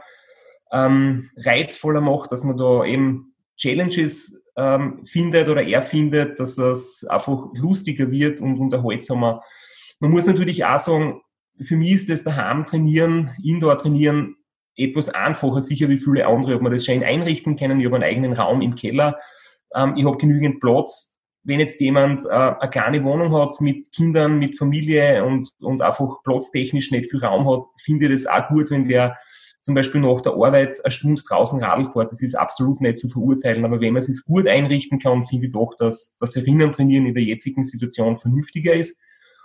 ähm, reizvoller macht, dass man da eben Challenges ähm, findet oder erfindet, dass das einfach lustiger wird und unterhaltsamer. Man muss natürlich auch sagen, für mich ist das daheim trainieren, Indoor trainieren etwas einfacher, sicher wie viele andere, ob man das schön einrichten können. Ich habe einen eigenen Raum im Keller, ähm, ich habe genügend Platz. Wenn jetzt jemand äh, eine kleine Wohnung hat mit Kindern, mit Familie und, und einfach platztechnisch nicht viel Raum hat, finde ich das auch gut, wenn der zum Beispiel nach der Arbeit eine Stunde draußen Radl fährt. Das ist absolut nicht zu verurteilen. Aber wenn man es sich gut einrichten kann, finde ich doch, dass das Erinnern trainieren in der jetzigen Situation vernünftiger ist.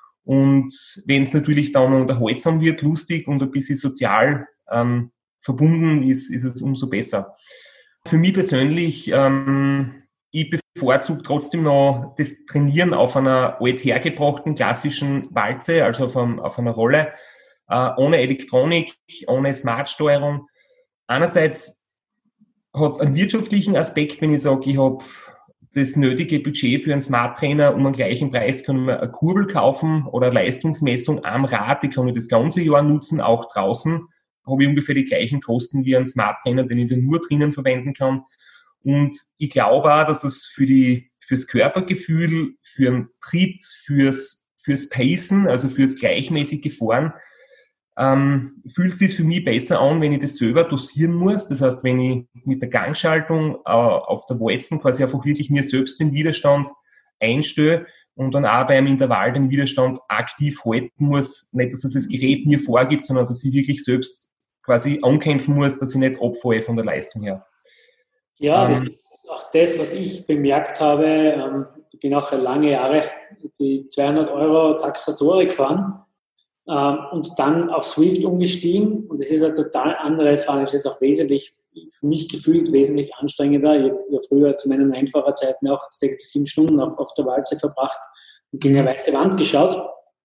Und wenn es natürlich dann unterhaltsam wird, lustig und ein bisschen sozial ähm, verbunden ist, ist es umso besser. Für mich persönlich, ähm, ich bevorzuge trotzdem noch das Trainieren auf einer althergebrachten klassischen Walze, also auf, einem, auf einer Rolle, äh, ohne Elektronik, ohne Smart-Steuerung. Einerseits hat es einen wirtschaftlichen Aspekt, wenn ich sage, ich habe das nötige Budget für einen Smart-Trainer, um einen gleichen Preis kann man eine Kurbel kaufen oder eine Leistungsmessung am Rad, die kann ich das ganze Jahr nutzen, auch draußen habe ich ungefähr die gleichen Kosten wie ein Smart-Trainer, den ich dann nur drinnen verwenden kann. Und ich glaube auch, dass es für die, fürs Körpergefühl, für den Tritt, fürs, fürs Pacen, also fürs gleichmäßige Fahren, ähm, fühlt es sich für mich besser an, wenn ich das selber dosieren muss. Das heißt, wenn ich mit der Gangschaltung äh, auf der Walzen quasi einfach wirklich mir selbst den Widerstand einstelle und dann auch beim Intervall den Widerstand aktiv halten muss. Nicht, dass es das Gerät mir vorgibt, sondern dass ich wirklich selbst quasi ankämpfen muss, dass ich nicht abfalle von der Leistung her. Ja, das ist auch das, was ich bemerkt habe. Ich bin auch lange Jahre die zweihundert Euro Taxatori gefahren und dann auf Zwift umgestiegen. Und das ist ein total anderes Fahren. Es ist auch wesentlich, für mich gefühlt, wesentlich anstrengender. Ich habe ja früher zu meinen Einfahrerzeiten auch sechs bis sieben Stunden auf, auf der Walze verbracht und gegen eine weiße Wand geschaut.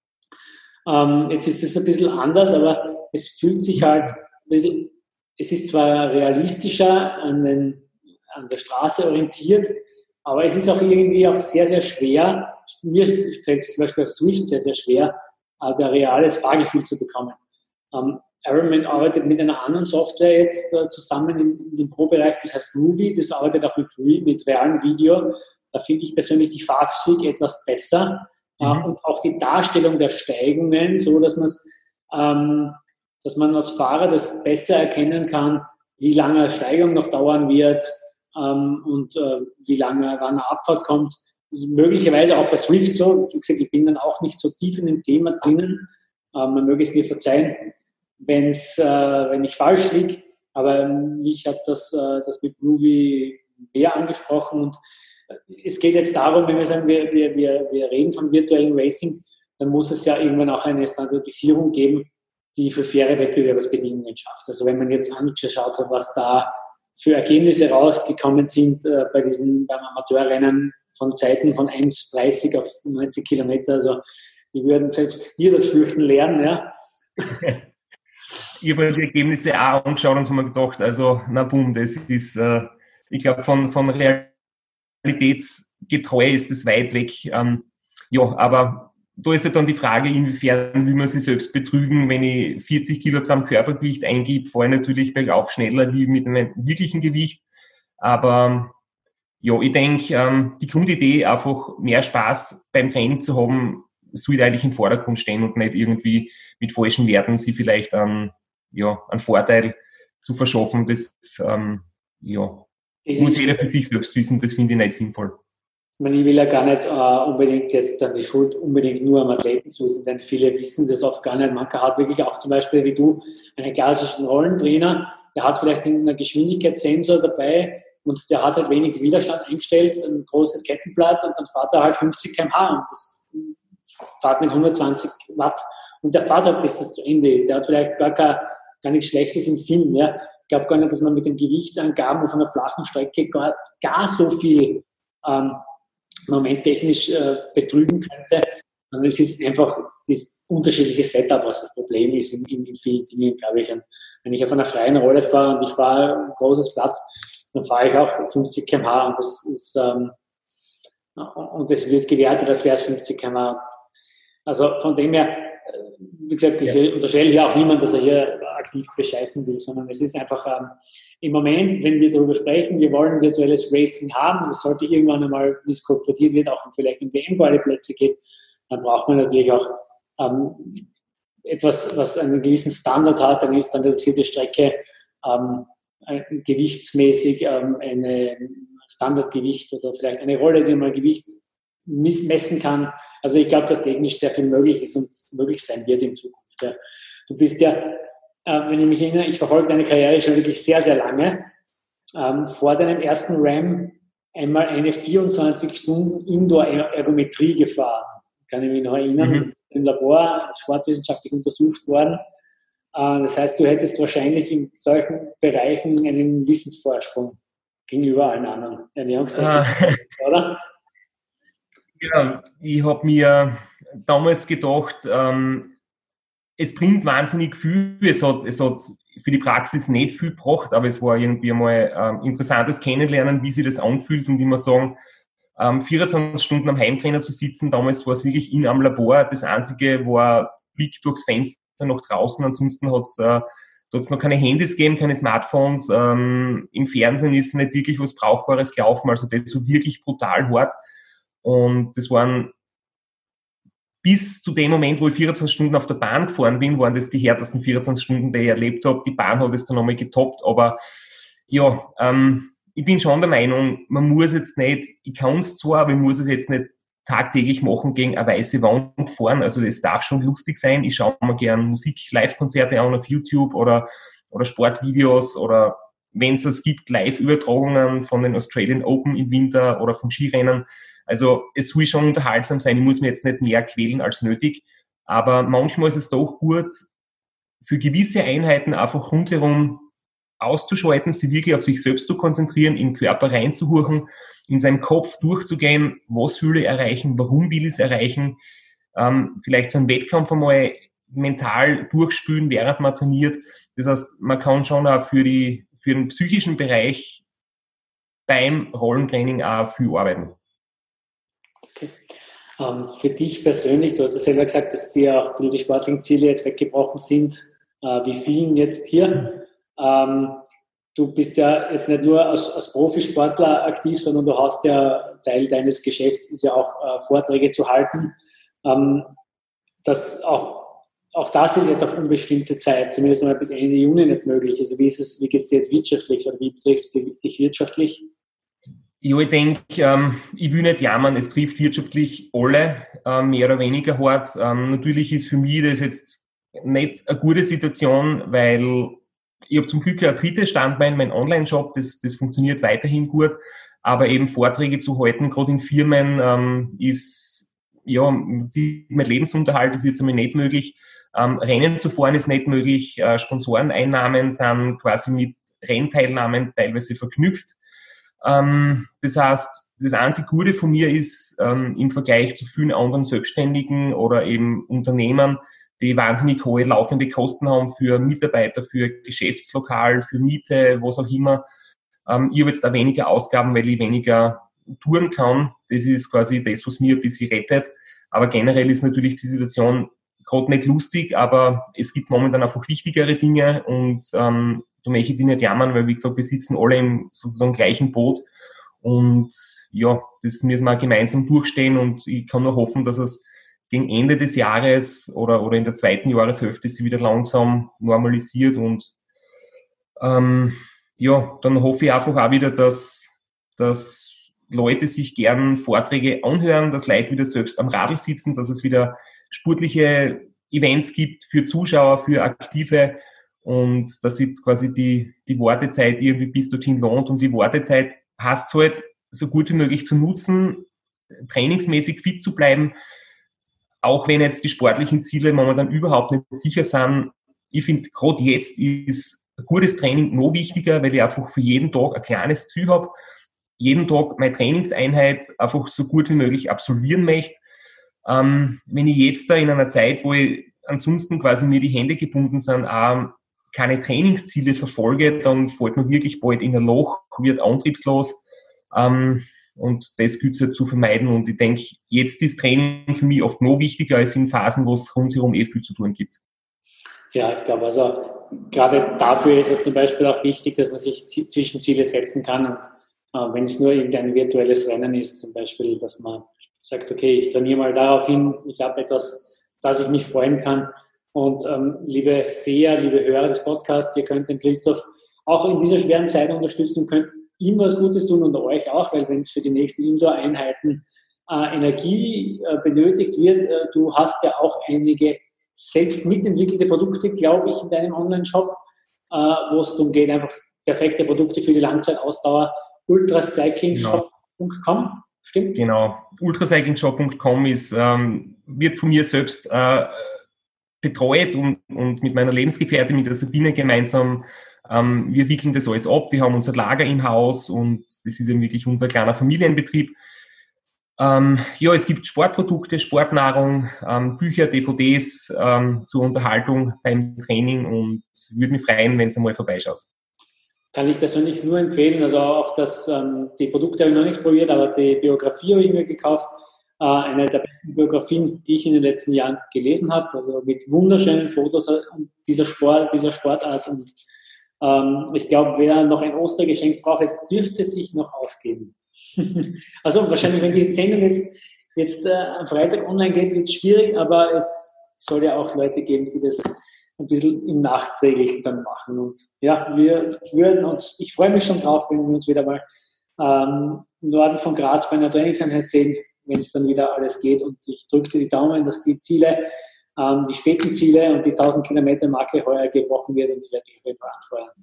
Jetzt ist es ein bisschen anders, aber es fühlt sich halt ein bisschen, es ist zwar realistischer an den an der Straße orientiert, aber es ist auch irgendwie auch sehr, sehr schwer, mir fällt es zum Beispiel auf Zwift sehr, sehr schwer, ein reales Fahrgefühl zu bekommen. Ähm, Ironman arbeitet mit einer anderen Software jetzt äh, zusammen in, in dem Pro-Bereich, das heißt Movie, das arbeitet auch mit, mit realem Video. Da finde ich persönlich die Fahrphysik etwas besser mhm. äh, und auch die Darstellung der Steigungen, so dass, ähm, dass man als Fahrer das besser erkennen kann, wie lange eine Steigung noch dauern wird, Ähm, und äh, wie lange, wann eine Abfahrt kommt. Das ist möglicherweise auch bei Zwift so. Wie gesagt, ich bin dann auch nicht so tief in dem Thema drinnen. Ähm, man möge es mir verzeihen, wenn's, äh, wenn ich falsch liege. Aber mich hat das, äh, das mit Groovy mehr angesprochen. Und es geht jetzt darum, wenn wir sagen, wir, wir, wir, wir reden von virtuellem Racing, dann muss es ja irgendwann auch eine Standardisierung geben, die für faire Wettbewerbsbedingungen schafft. Also wenn man jetzt angeschaut hat, was da für Ergebnisse rausgekommen sind äh, bei diesen beim Amateurrennen von Zeiten von eins dreißig auf neunzig Kilometer. Also die würden selbst dir das Fürchten lernen. Ja. Ich habe die Ergebnisse auch angeschaut und habe mir gedacht, also na boom, das ist, äh, ich glaube, von, von realitätsgetreu ist das weit weg. Ähm, ja, aber da ist ja dann die Frage, inwiefern will man sich selbst betrügen. Wenn ich vierzig Kilogramm Körpergewicht eingebe, fahre ich natürlich bergauf schneller wie mit einem wirklichen Gewicht. Aber ja, ich denke, ähm, die Grundidee, einfach mehr Spaß beim Training zu haben, sollte eigentlich im Vordergrund stehen und nicht irgendwie mit falschen Werten sie vielleicht einen, ja, einen Vorteil zu verschaffen. Das, ähm, ja, muss jeder für sich selbst wissen, das finde ich nicht sinnvoll. Ich meine, ich will ja gar nicht äh, unbedingt jetzt dann die Schuld unbedingt nur am Athleten suchen, denn viele wissen das oft gar nicht. Manche hat wirklich auch zum Beispiel wie du einen klassischen Rollentrainer, der hat vielleicht einen Geschwindigkeitssensor dabei und der hat halt wenig Widerstand eingestellt, ein großes Kettenblatt und dann fährt er halt fünfzig Kilometer pro Stunde und das fährt mit hundertzwanzig Watt und der fährt halt, bis das zu Ende ist. Der hat vielleicht gar, kein, gar nichts Schlechtes im Sinn. Ja. Ich glaube gar nicht, dass man mit den Gewichtsangaben auf einer flachen Strecke gar, gar so viel ähm, momenttechnisch äh, betrügen könnte, sondern es ist einfach das unterschiedliche Setup, was das Problem ist in, in, in vielen Dingen, glaube ich. Und wenn ich auf einer freien Rolle fahre und ich fahre ein großes Blatt, dann fahre ich auch fünfzig Kilometer pro Stunde und das ist ähm, und das wird gewertet, als wäre es fünfzig Kilometer pro Stunde. Also von dem her, wie gesagt, ich ja. unterstelle hier auch niemand, dass er hier aktiv bescheißen will, sondern es ist einfach ähm, im Moment, wenn wir darüber sprechen, wir wollen virtuelles Racing haben und es sollte irgendwann einmal, wie es kolportiert wird, auch vielleicht um W M-Quali-Plätze geht, dann braucht man natürlich auch ähm, etwas, was einen gewissen Standard hat, eine standardisierte Strecke, ähm, gewichtsmäßig ähm, eine Standardgewicht oder vielleicht eine Rolle, die man Gewicht messen kann. Also ich glaube, dass technisch sehr viel möglich ist und möglich sein wird in Zukunft. Ja. Du bist ja, äh, wenn ich mich erinnere, ich verfolge deine Karriere schon wirklich sehr, sehr lange. Ähm, vor deinem ersten Ram einmal eine vierundzwanzig Stunden Indoor-Ergometrie gefahren. Kann ich mich noch erinnern. Mhm. Im Labor sportwissenschaftlich untersucht worden. Äh, das heißt, du hättest wahrscheinlich in solchen Bereichen einen Wissensvorsprung gegenüber allen anderen Ernährungstechniken, ah. oder? Ja, ich habe mir damals gedacht, ähm, es bringt wahnsinnig viel. Es hat, es hat für die Praxis nicht viel gebracht, aber es war irgendwie mal ähm, interessantes Kennenlernen, wie sich das anfühlt. Und ich muss sagen, ähm, vierundzwanzig Stunden am Heimtrainer zu sitzen, damals war es wirklich in am Labor. Das Einzige war Blick durchs Fenster nach draußen. Ansonsten hat es äh, noch keine Handys gegeben, keine Smartphones. Ähm, Im Fernsehen ist nicht wirklich was Brauchbares gelaufen. Also das war wirklich brutal hart. Und das waren bis zu dem Moment, wo ich vierundzwanzig Stunden auf der Bahn gefahren bin, waren das die härtesten vierundzwanzig Stunden, die ich erlebt habe. Die Bahn hat es dann nochmal getoppt, aber ja, ähm, ich bin schon der Meinung, man muss jetzt nicht, ich kann es zwar, aber ich muss es jetzt nicht tagtäglich machen gegen eine weiße Wand fahren. Also es darf schon lustig sein. Ich schaue mir gerne Musik-Live-Konzerte an auf YouTube oder, oder Sportvideos oder wenn es es gibt, Live-Übertragungen von den Australian Open im Winter oder von Skirennen. Also es soll schon unterhaltsam sein, ich muss mir jetzt nicht mehr quälen als nötig, aber manchmal ist es doch gut, für gewisse Einheiten einfach rundherum auszuschalten, sich wirklich auf sich selbst zu konzentrieren, in den Körper reinzuhorchen, in seinem Kopf durchzugehen, was will ich erreichen, warum will ich es erreichen, ähm, vielleicht so einen Wettkampf einmal mental durchspülen, während man trainiert. Das heißt, man kann schon auch für, die, für den psychischen Bereich beim Rollentraining auch viel arbeiten. Okay. Ähm, für dich persönlich, du hast ja selber gesagt, dass dir auch die sportlichen Ziele jetzt weggebrochen sind, äh, wie vielen jetzt hier. Ähm, du bist ja jetzt nicht nur als, als Profisportler aktiv, sondern du hast ja, Teil deines Geschäfts ist ja auch äh, Vorträge zu halten. Ähm, das auch, auch das ist jetzt auf unbestimmte Zeit, zumindest mal bis Ende Juni nicht möglich. Also wie ist es, wie geht es dir jetzt wirtschaftlich oder wie betrifft es dich wirtschaftlich? Ja, ich denke, ähm, ich will nicht jammern, es trifft wirtschaftlich alle, ähm, mehr oder weniger hart. Ähm, natürlich ist für mich das jetzt nicht eine gute Situation, weil ich habe zum Glück ein drittes Standbein, mein Online-Shop, das, das funktioniert weiterhin gut, aber eben Vorträge zu halten, gerade in Firmen, ähm, ist, ja, mein Lebensunterhalt ist jetzt einmal nicht möglich. Ähm, Rennen zu fahren ist nicht möglich, äh, Sponsoreneinnahmen sind quasi mit Rennteilnahmen teilweise verknüpft. Ähm, das heißt, das einzige Gute von mir ist, ähm, im Vergleich zu vielen anderen Selbstständigen oder eben Unternehmern, die wahnsinnig hohe laufende Kosten haben für Mitarbeiter, für Geschäftslokal, für Miete, was auch immer. Ähm, ich habe jetzt da weniger Ausgaben, weil ich weniger touren kann. Das ist quasi das, was mir ein bisschen rettet. Aber generell ist natürlich die Situation gerade nicht lustig, aber es gibt momentan einfach wichtigere Dinge und ähm, da möchte ich die nicht jammern, weil wie gesagt, wir sitzen alle im sozusagen gleichen Boot und ja, das müssen wir gemeinsam durchstehen und ich kann nur hoffen, dass es gegen Ende des Jahres oder, oder in der zweiten Jahreshälfte sich wieder langsam normalisiert und ähm, ja, dann hoffe ich einfach auch wieder, dass, dass Leute sich gern Vorträge anhören, dass Leute wieder selbst am Radl sitzen, dass es wieder sportliche Events gibt für Zuschauer, für Aktive und dass sich quasi die, die Wartezeit irgendwie bis dorthin lohnt. Und die Wartezeit heißt halt, so gut wie möglich zu nutzen, trainingsmäßig fit zu bleiben, auch wenn jetzt die sportlichen Ziele momentan überhaupt nicht sicher sind. Ich finde, gerade jetzt ist ein gutes Training noch wichtiger, weil ich einfach für jeden Tag ein kleines Ziel habe, jeden Tag meine Trainingseinheit einfach so gut wie möglich absolvieren möchte. Ähm, wenn ich jetzt da in einer Zeit, wo ich ansonsten quasi mir die Hände gebunden sind, auch keine Trainingsziele verfolge, dann fällt man wirklich bald in ein Loch, wird antriebslos. Ähm, und das gilt es halt zu vermeiden. Und ich denke, jetzt ist Training für mich oft noch wichtiger als in Phasen, wo es rundherum eh viel zu tun gibt. Ja, ich glaube, also gerade dafür ist es zum Beispiel auch wichtig, dass man sich Zwischenziele setzen kann. Und äh, wenn es nur irgendein virtuelles Rennen ist, zum Beispiel, dass man sagt, okay, ich trainiere mal darauf hin, ich habe etwas, dass ich mich freuen kann. Und ähm, liebe Seher, liebe Hörer des Podcasts, ihr könnt den Christoph auch in dieser schweren Zeit unterstützen, könnt ihm was Gutes tun und euch auch, weil wenn es für die nächsten Indoor-Einheiten äh, Energie äh, benötigt wird, äh, du hast ja auch einige selbst mitentwickelte Produkte, glaube ich, in deinem Online-Shop, äh, wo es darum geht, einfach perfekte Produkte für die Langzeitausdauer, ultracyclingshop punkt com, genau. Stimmt? Genau, ultracyclingshop punkt com ist, ähm, wird von mir selbst äh, betreut und, und mit meiner Lebensgefährtin, mit der Sabine gemeinsam. Ähm, wir wickeln das alles ab, wir haben unser Lager im Haus und das ist eben wirklich unser kleiner Familienbetrieb. Ähm, ja, es gibt Sportprodukte, Sportnahrung, ähm, Bücher, D V Ds ähm, zur Unterhaltung beim Training und würde mich freuen, wenn es einmal vorbeischaut. Kann ich persönlich nur empfehlen, also auch das, ähm, die Produkte habe ich noch nicht probiert, aber die Biografie habe ich mir gekauft. Äh, eine der besten Biografien, die ich in den letzten Jahren gelesen habe, also mit wunderschönen Fotos dieser Sport, dieser Sportart und ähm, ich glaube, wer noch ein Ostergeschenk braucht, es dürfte sich noch ausgeben. Also wahrscheinlich, wenn die Sendung jetzt, jetzt äh, am Freitag online geht, wird es schwierig, aber es soll ja auch Leute geben, die das ein bisschen im Nachträglichen dann machen. Und ja, wir würden uns, ich freue mich schon drauf, wenn wir uns wieder mal ähm, im Norden von Graz bei einer Trainingseinheit sehen, wenn es dann wieder alles geht. Und ich drücke dir die Daumen, dass die Ziele, ähm, die späten Ziele und die tausend Kilometer Marke heuer gebrochen wird und ich werde dich auf jeden Fall anfeuern.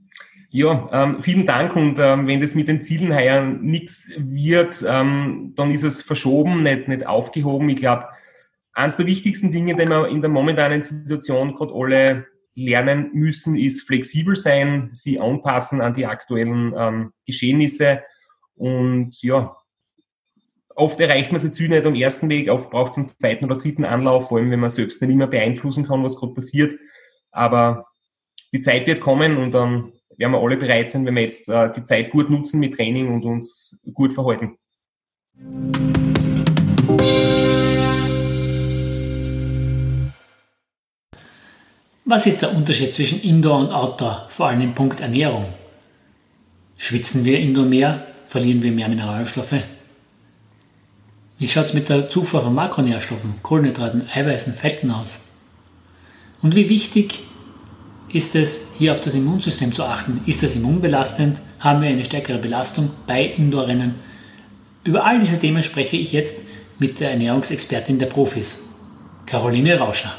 Ja, ähm, vielen Dank und ähm, wenn das mit den Zielen heuer nichts wird, ähm, dann ist es verschoben, nicht, nicht aufgehoben. Ich glaube, eines der wichtigsten Dinge, die wir in der momentanen Situation gerade alle lernen müssen, ist flexibel sein, sie anpassen an die aktuellen ähm, Geschehnisse und ja, oft erreicht man das Ziel nicht am ersten Weg, oft braucht es einen zweiten oder dritten Anlauf, vor allem wenn man selbst nicht immer beeinflussen kann, was gerade passiert, aber die Zeit wird kommen und dann werden wir alle bereit sein, wenn wir jetzt äh, die Zeit gut nutzen mit Training und uns gut verhalten. Was ist der Unterschied zwischen Indoor und Outdoor, vor allem im Punkt Ernährung? Schwitzen wir Indoor mehr, verlieren wir mehr Mineralstoffe? Wie schaut es mit der Zufuhr von Makronährstoffen, Kohlenhydraten, Eiweißen, Fetten aus? Und wie wichtig ist es, hier auf das Immunsystem zu achten? Ist das immunbelastend? Haben wir eine stärkere Belastung bei Indoor-Rennen? Über all diese Themen spreche ich jetzt mit der Ernährungsexpertin der Profis, Caroline Rauscher.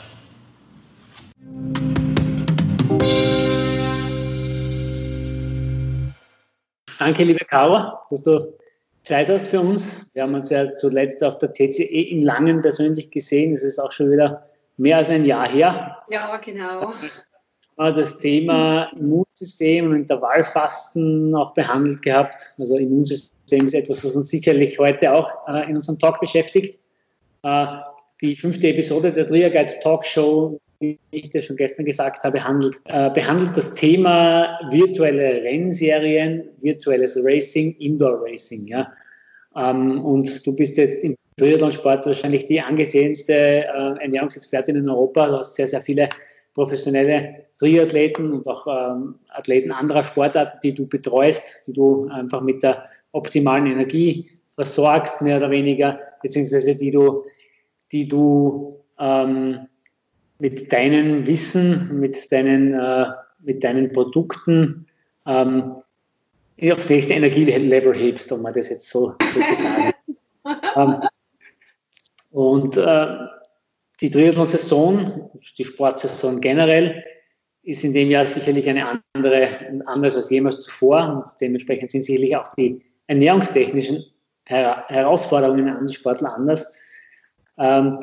Danke, liebe Caro, dass du Zeit hast für uns. Wir haben uns ja zuletzt auf der T C E in Langen persönlich gesehen. Es ist auch schon wieder mehr als ein Jahr her. Ja, genau. Das Thema Immunsystem und Intervallfasten auch behandelt gehabt. Also Immunsystem ist etwas, was uns sicherlich heute auch äh, in unserem Talk beschäftigt. Äh, die fünfte Episode der Triaguide Talkshow, wie ich das schon gestern gesagt habe, handelt, äh, behandelt das Thema virtuelle Rennserien, virtuelles Racing, Indoor Racing. Ja? Ähm, und du bist jetzt im Triathlon-Sport wahrscheinlich die angesehenste äh, Ernährungsexpertin in Europa. Du hast sehr, sehr viele professionelle Triathleten und auch ähm, Athleten anderer Sportarten, die du betreust, die du einfach mit der optimalen Energie versorgst, mehr oder weniger, beziehungsweise die du, die du ähm, mit deinem Wissen, mit deinen, äh, mit deinen Produkten ähm, aufs nächste Energielevel hebst, um mal das jetzt so, so zu sagen. ähm, und äh, die Triathlon-Saison, die Sportsaison generell, ist in dem Jahr sicherlich eine andere, anders als jemals zuvor. Und dementsprechend sind sicherlich auch die ernährungstechnischen Her- Herausforderungen an die Sportler anders. Ähm,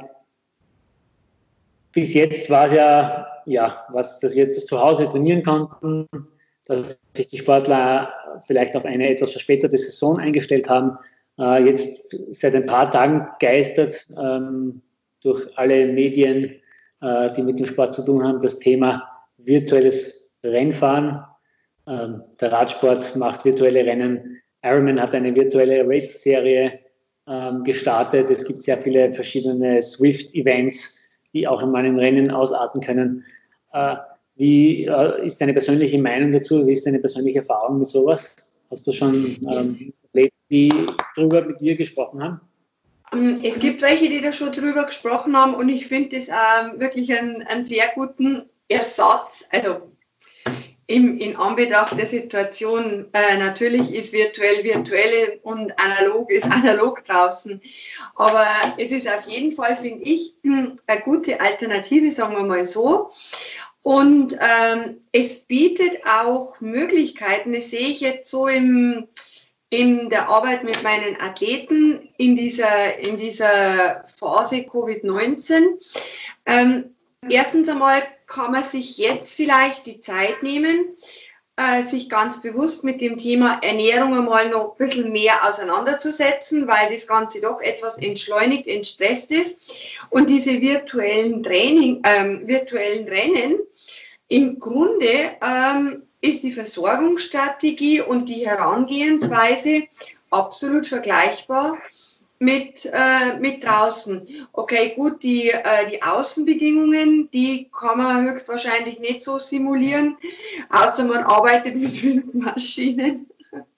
bis jetzt war es ja, ja was, dass wir jetzt zu Hause trainieren konnten, dass sich die Sportler vielleicht auf eine etwas verspätete Saison eingestellt haben. Äh, jetzt seit ein paar Tagen geistert ähm, durch alle Medien, äh, die mit dem Sport zu tun haben, das Thema virtuelles Rennfahren. Ähm, der Radsport macht virtuelle Rennen. Ironman hat eine virtuelle Race-Serie ähm, gestartet. Es gibt sehr viele verschiedene Swift-Events, die auch einmal in Rennen ausarten können. Äh, wie äh, ist deine persönliche Meinung dazu? Wie ist deine persönliche Erfahrung mit sowas? Hast du schon ähm, Leute, die darüber mit dir gesprochen haben? Es gibt welche, die da schon drüber gesprochen haben und ich finde das ähm, wirklich einen, einen sehr guten Ersatz. Also im, in Anbetracht der Situation, äh, natürlich ist virtuell virtuell und analog ist analog draußen. Aber es ist auf jeden Fall, finde ich, eine gute Alternative, sagen wir mal so. Und ähm, es bietet auch Möglichkeiten, das sehe ich jetzt so im, in der Arbeit mit meinen Athleten in dieser, in dieser Phase Covid neunzehn. Ähm, erstens einmal kann man sich jetzt vielleicht die Zeit nehmen, äh, sich ganz bewusst mit dem Thema Ernährung einmal noch ein bisschen mehr auseinanderzusetzen, weil das Ganze doch etwas entschleunigt, entstresst ist. Und diese virtuellen Training, ähm, virtuellen Rennen, im Grunde ähm, ist die Versorgungsstrategie und die Herangehensweise absolut vergleichbar mit, äh, mit draußen. Okay, gut, die, äh, die Außenbedingungen, die kann man höchstwahrscheinlich nicht so simulieren, außer man arbeitet mit Windmaschinen.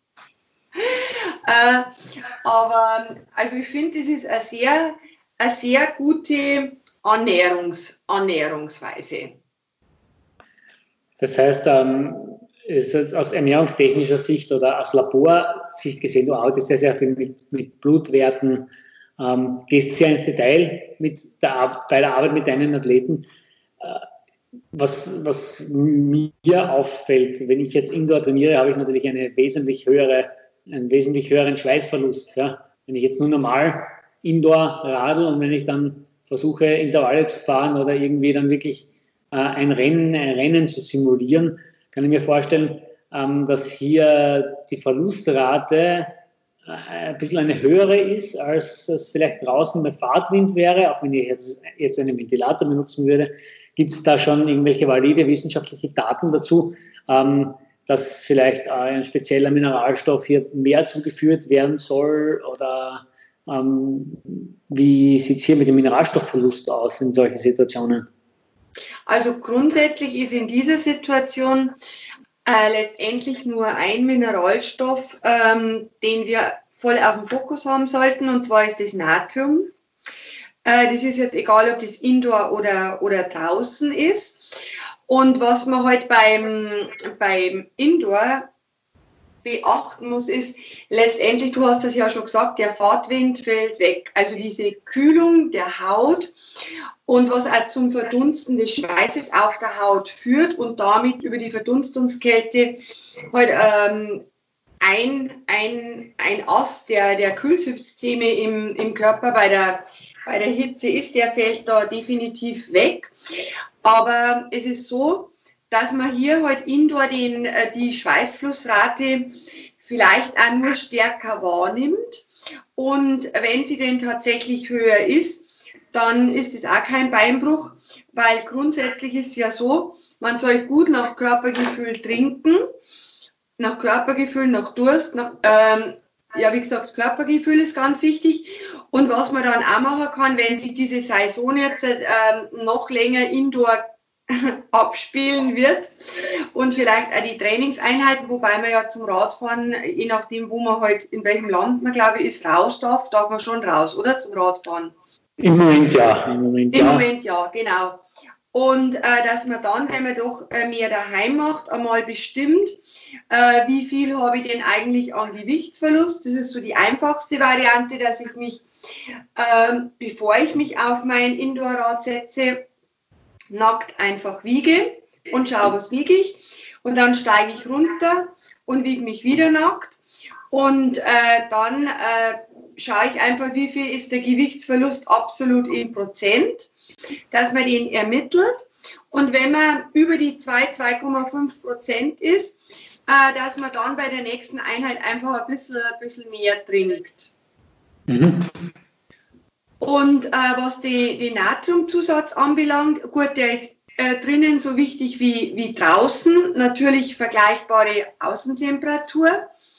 äh, aber also ich finde, das ist eine sehr, eine sehr gute Ernährungs, Ernährungsweise. Das heißt, ähm, ist es aus ernährungstechnischer Sicht oder aus Laborsicht gesehen, du arbeitest sehr, sehr viel mit, mit Blutwerten, ähm, gehst sehr ins Detail mit der, bei der Arbeit mit deinen Athleten. Äh, was, was mir auffällt, wenn ich jetzt Indoor trainiere, habe ich natürlich eine wesentlich höhere, einen wesentlich höheren Schweißverlust. Ja? Wenn ich jetzt nur normal Indoor radel und wenn ich dann versuche, Intervalle zu fahren oder irgendwie dann wirklich äh, ein Rennen, ein Rennen zu simulieren, kann ich mir vorstellen, ähm, dass hier die Verlustrate äh, ein bisschen eine höhere ist, als es vielleicht draußen bei Fahrtwind wäre, auch wenn ich jetzt, jetzt einen Ventilator benutzen würde. Gibt es da schon irgendwelche valide wissenschaftliche Daten dazu, ähm, dass vielleicht äh, ein spezieller Mineralstoff hier mehr zugeführt werden soll? Oder ähm, wie sieht es hier mit dem Mineralstoffverlust aus in solchen Situationen? Also grundsätzlich ist in dieser Situation äh, letztendlich nur ein Mineralstoff, ähm, den wir voll auf dem Fokus haben sollten, und zwar ist das Natrium. Äh, das ist jetzt egal, ob das Indoor oder, oder draußen ist. Und was man halt beim, beim Indoor beachten muss, ist letztendlich, du hast das ja schon gesagt, der Fahrtwind fällt weg. Also diese Kühlung der Haut und was auch zum Verdunsten des Schweißes auf der Haut führt und damit über die Verdunstungskälte halt ähm, ein, ein, ein Ast der, der Kühlsysteme im, im Körper bei der, bei der Hitze ist, der fällt da definitiv weg. Aber es ist so, dass man hier halt indoor den, die Schweißflussrate vielleicht auch nur stärker wahrnimmt. Und wenn sie denn tatsächlich höher ist, dann ist es auch kein Beinbruch, weil grundsätzlich ist es ja so, man soll gut nach Körpergefühl trinken, nach Körpergefühl, nach Durst, nach, ähm, ja wie gesagt, Körpergefühl ist ganz wichtig. Und was man dann auch machen kann, wenn sich diese Saison jetzt ähm, noch länger indoor abspielen wird und vielleicht auch die Trainingseinheiten, wobei man ja zum Radfahren, je nachdem, wo man halt, in welchem Land man, glaube ich, ist, raus darf, darf man schon raus, oder? Zum Radfahren. Im Moment ja. Im Moment Im ja, Moment ja, genau. Und äh, dass man dann, wenn man doch äh, mehr daheim macht, einmal bestimmt, äh, wie viel habe ich denn eigentlich an Gewichtsverlust. Das ist so die einfachste Variante, dass ich mich, äh, bevor ich mich auf mein Indoor-Rad setze, nackt einfach wiege und schaue, was wiege ich. Und dann steige ich runter und wiege mich wieder nackt. Und äh, dann äh, schaue ich einfach, wie viel ist der Gewichtsverlust absolut in Prozent, dass man den ermittelt. Und wenn man über die zwei, zwei Komma fünf Prozent ist, äh, dass man dann bei der nächsten Einheit einfach ein bisschen, ein bisschen mehr trinkt. Mhm. Und äh, was die, die Natriumzusatz anbelangt, gut, der ist äh, drinnen so wichtig wie, wie draußen, natürlich vergleichbare Außentemperatur.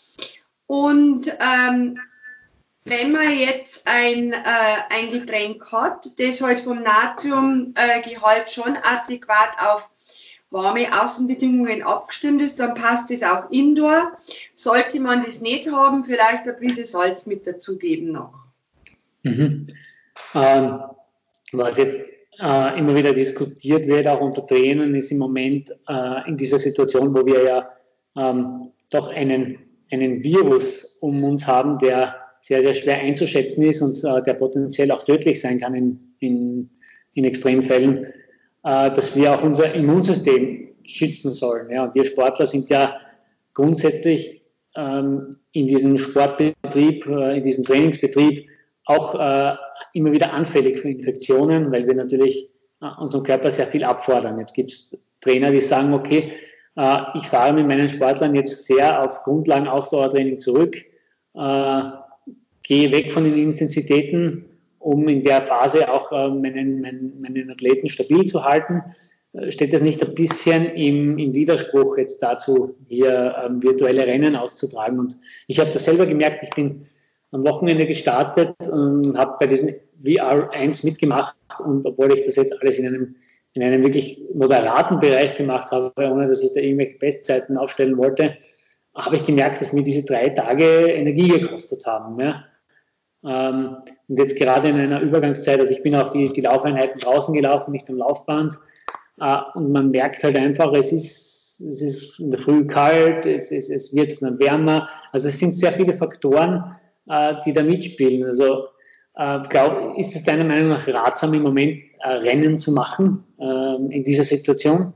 Und ähm, wenn man jetzt ein, äh, ein Getränk hat, das halt vom Natriumgehalt äh, schon adäquat auf warme Außenbedingungen abgestimmt ist, dann passt es auch indoor. Sollte man das nicht haben, vielleicht eine Prise Salz mit dazugeben noch. Mhm. Ähm, was jetzt äh, immer wieder diskutiert wird, auch unter Trainern, ist im Moment äh, in dieser Situation, wo wir ja ähm, doch einen, einen Virus um uns haben, der sehr, sehr schwer einzuschätzen ist und äh, der potenziell auch tödlich sein kann in, in, in Extremfällen, äh, dass wir auch unser Immunsystem schützen sollen. Ja. Und wir Sportler sind ja grundsätzlich ähm, in diesem Sportbetrieb, äh, in diesem Trainingsbetrieb auch äh, immer wieder anfällig für Infektionen, weil wir natürlich äh, unserem Körper sehr viel abfordern. Jetzt gibt es Trainer, die sagen, okay, äh, ich fahre mit meinen Sportlern jetzt sehr auf Grundlagen-Ausdauertraining zurück, äh, gehe weg von den Intensitäten, um in der Phase auch äh, meinen, meinen, meinen Athleten stabil zu halten. Äh, steht das nicht ein bisschen im, im Widerspruch jetzt dazu, hier ähm, virtuelle Rennen auszutragen? Und ich habe das selber gemerkt, ich bin am Wochenende gestartet und habe bei diesem V R eins mitgemacht, und obwohl ich das jetzt alles in einem, in einem wirklich moderaten Bereich gemacht habe, ohne dass ich da irgendwelche Bestzeiten aufstellen wollte, habe ich gemerkt, dass mir diese drei Tage Energie gekostet haben. Ja. Ähm, und jetzt gerade in einer Übergangszeit, also ich bin auch die, die Laufeinheiten draußen gelaufen, nicht am Laufband, äh, und man merkt halt einfach, es ist, es ist in der Früh kalt, es, es, es wird dann wärmer, also es sind sehr viele Faktoren, die da mitspielen. Also äh, glaub, ist es deiner Meinung nach ratsam, im Moment äh, Rennen zu machen äh, in dieser Situation?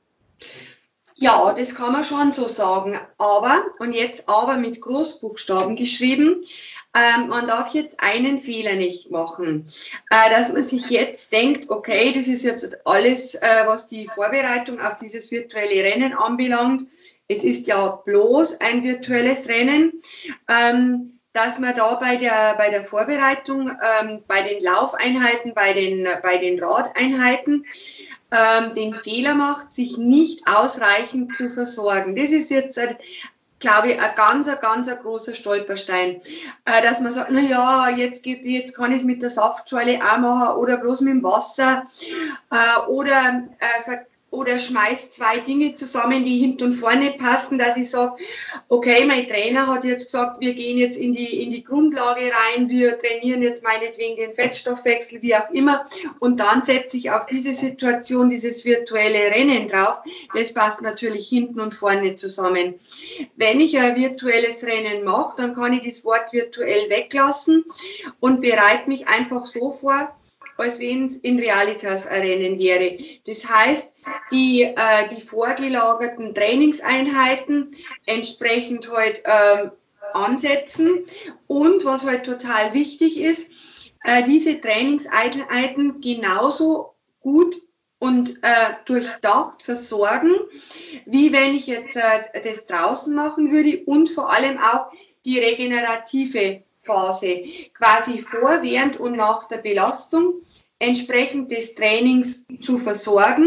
Ja, das kann man schon so sagen. Aber, und jetzt aber mit Großbuchstaben geschrieben, ähm, man darf jetzt einen Fehler nicht machen. Äh, dass man sich jetzt denkt, okay, das ist jetzt alles, äh, was die Vorbereitung auf dieses virtuelle Rennen anbelangt. Es ist ja bloß ein virtuelles Rennen. Ähm, dass man da bei der, bei der Vorbereitung, ähm, bei den Laufeinheiten, bei den, bei den Radeinheiten ähm, den Fehler macht, sich nicht ausreichend zu versorgen. Das ist jetzt, äh, glaube ich, ein ganz, ein ganz ein großer Stolperstein. Äh, dass man sagt, na ja, jetzt, geht, jetzt kann ich es mit der Saftschorle auch machen oder bloß mit dem Wasser äh, oder äh, oder schmeißt zwei Dinge zusammen, die hinten und vorne passen, dass ich sage, okay, mein Trainer hat jetzt gesagt, wir gehen jetzt in die, in die Grundlage rein, wir trainieren jetzt meinetwegen den Fettstoffwechsel, wie auch immer, und dann setze ich auf diese Situation dieses virtuelle Rennen drauf. Das passt natürlich hinten und vorne zusammen. Wenn ich ein virtuelles Rennen mache, dann kann ich das Wort virtuell weglassen und bereite mich einfach so vor, als wenn es in Realitas ein Rennen wäre. Das heißt, die, äh, die vorgelagerten Trainingseinheiten entsprechend halt ähm, ansetzen, und was halt total wichtig ist, äh, diese Trainingseinheiten genauso gut und äh, durchdacht versorgen, wie wenn ich jetzt äh, das draußen machen würde, und vor allem auch die regenerative Phase, quasi vor, während und nach der Belastung entsprechend des Trainings zu versorgen.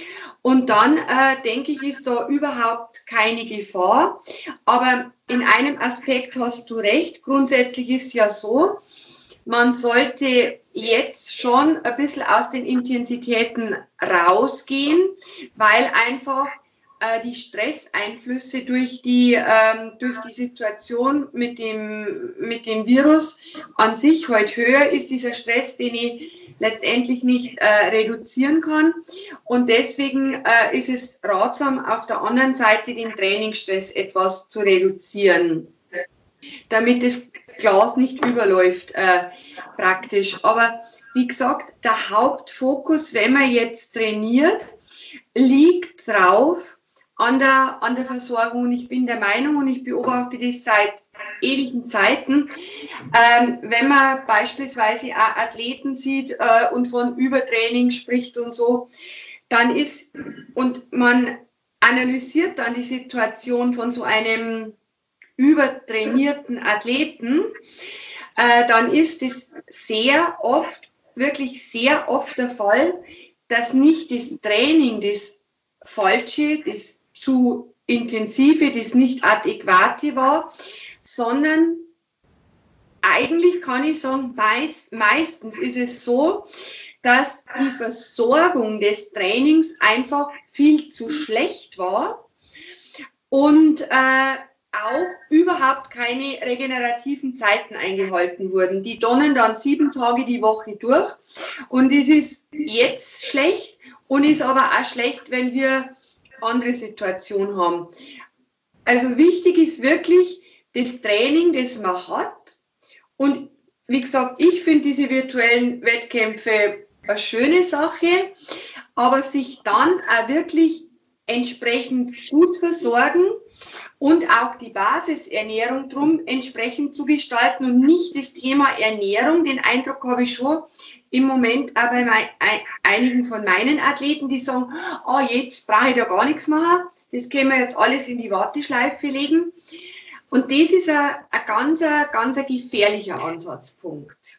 Und dann, äh, denke ich, ist da überhaupt keine Gefahr. Aber in einem Aspekt hast du recht. Grundsätzlich ist es ja so, man sollte jetzt schon ein bisschen aus den Intensitäten rausgehen, weil einfach äh, die Stresseinflüsse durch die, ähm, durch die Situation mit dem, mit dem Virus an sich heute höher ist, dieser Stress, den ich letztendlich nicht äh, reduzieren kann. Und deswegen äh, ist es ratsam, auf der anderen Seite den Trainingsstress etwas zu reduzieren, damit das Glas nicht überläuft äh, praktisch. Aber wie gesagt, der Hauptfokus, wenn man jetzt trainiert, liegt drauf an der, an der Versorgung. Und ich bin der Meinung, und ich beobachte das seit ewigen Zeiten, ähm, wenn man beispielsweise auch Athleten sieht äh, und von Übertraining spricht und so, dann ist, und man analysiert dann die Situation von so einem übertrainierten Athleten, äh, dann ist es sehr oft, wirklich sehr oft der Fall, dass nicht das Training das Falsche, das zu intensive, das nicht adäquate war, sondern eigentlich kann ich sagen, meist, meistens ist es so, dass die Versorgung des Trainings einfach viel zu schlecht war und äh, auch überhaupt keine regenerativen Zeiten eingehalten wurden. Die donnen dann sieben Tage die Woche durch und es ist jetzt schlecht und ist aber auch schlecht, wenn wir andere Situationen haben. Also wichtig ist wirklich das Training, das man hat. Und wie gesagt, ich finde diese virtuellen Wettkämpfe eine schöne Sache, aber sich dann auch wirklich entsprechend gut versorgen und auch die Basisernährung drum entsprechend zu gestalten und nicht das Thema Ernährung. Den Eindruck habe ich schon im Moment auch bei mein, einigen von meinen Athleten, die sagen, oh, jetzt brauche ich da gar nichts machen, das können wir jetzt alles in die Warteschleife legen. Und das ist ein, ein ganz, ganz ein gefährlicher Ansatzpunkt.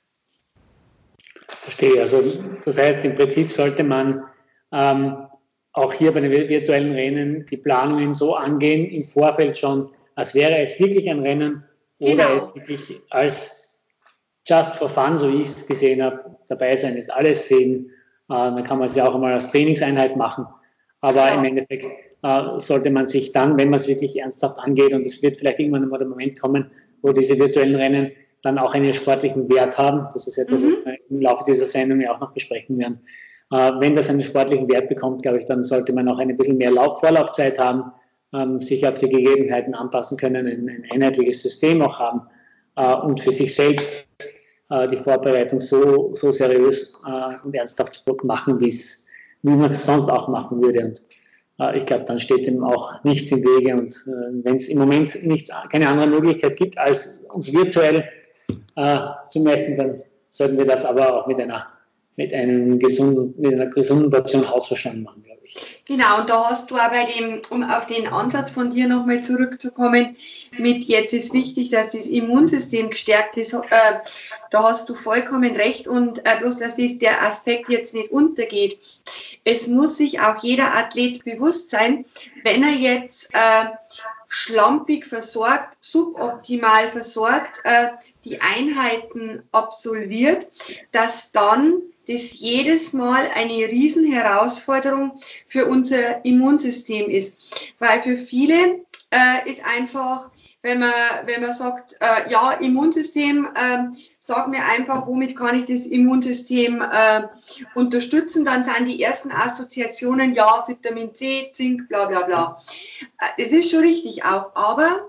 Verstehe. Also das heißt, im Prinzip sollte man ähm, auch hier bei den virtuellen Rennen die Planungen so angehen, im Vorfeld schon, als wäre es wirklich ein Rennen oder Genau. es wirklich als just for fun, so wie ich es gesehen habe, dabei sein, ist alles sehen. Äh, dann kann man es ja auch einmal als Trainingseinheit machen. Aber Ja. im Endeffekt äh, sollte man sich dann, wenn man es wirklich ernsthaft angeht, und es wird vielleicht irgendwann mal der Moment kommen, wo diese virtuellen Rennen dann auch einen sportlichen Wert haben. Das ist etwas, Mhm. was wir im Laufe dieser Sendung ja auch noch besprechen werden. Äh, wenn das einen sportlichen Wert bekommt, glaube ich, dann sollte man auch ein bisschen mehr Lauf- Vorlaufzeit haben, ähm, sich auf die Gegebenheiten anpassen können, ein, ein einheitliches System auch haben äh, und für sich selbst äh, die Vorbereitung so, so seriös äh, und ernsthaft machen, wie es, wie man es sonst auch machen würde. Und äh, ich glaube, dann steht dem auch nichts im Wege. Und äh, wenn es im Moment nichts, keine andere Möglichkeit gibt, als uns virtuell äh, zu messen, dann sollten wir das aber auch mit einer mit, einem gesunden, mit einer gesunden Portion Hausverstand machen, glaube ich. Genau, und da hast du auch bei dem, um auf den Ansatz von dir nochmal zurückzukommen, mit jetzt ist wichtig, dass das Immunsystem gestärkt ist, äh, da hast du vollkommen recht und äh, bloß, dass das der Aspekt jetzt nicht untergeht. Es muss sich auch jeder Athlet bewusst sein, wenn er jetzt äh, schlampig versorgt, suboptimal versorgt, äh, die Einheiten absolviert, dass dann das jedes Mal eine Riesenherausforderung für unser Immunsystem ist. Weil für viele äh, ist einfach, wenn man, wenn man sagt, äh, ja, Immunsystem, äh, sag mir einfach, womit kann ich das Immunsystem äh, unterstützen, dann sind die ersten Assoziationen, ja, Vitamin C, Zink, bla bla bla. Äh, das ist schon richtig auch, aber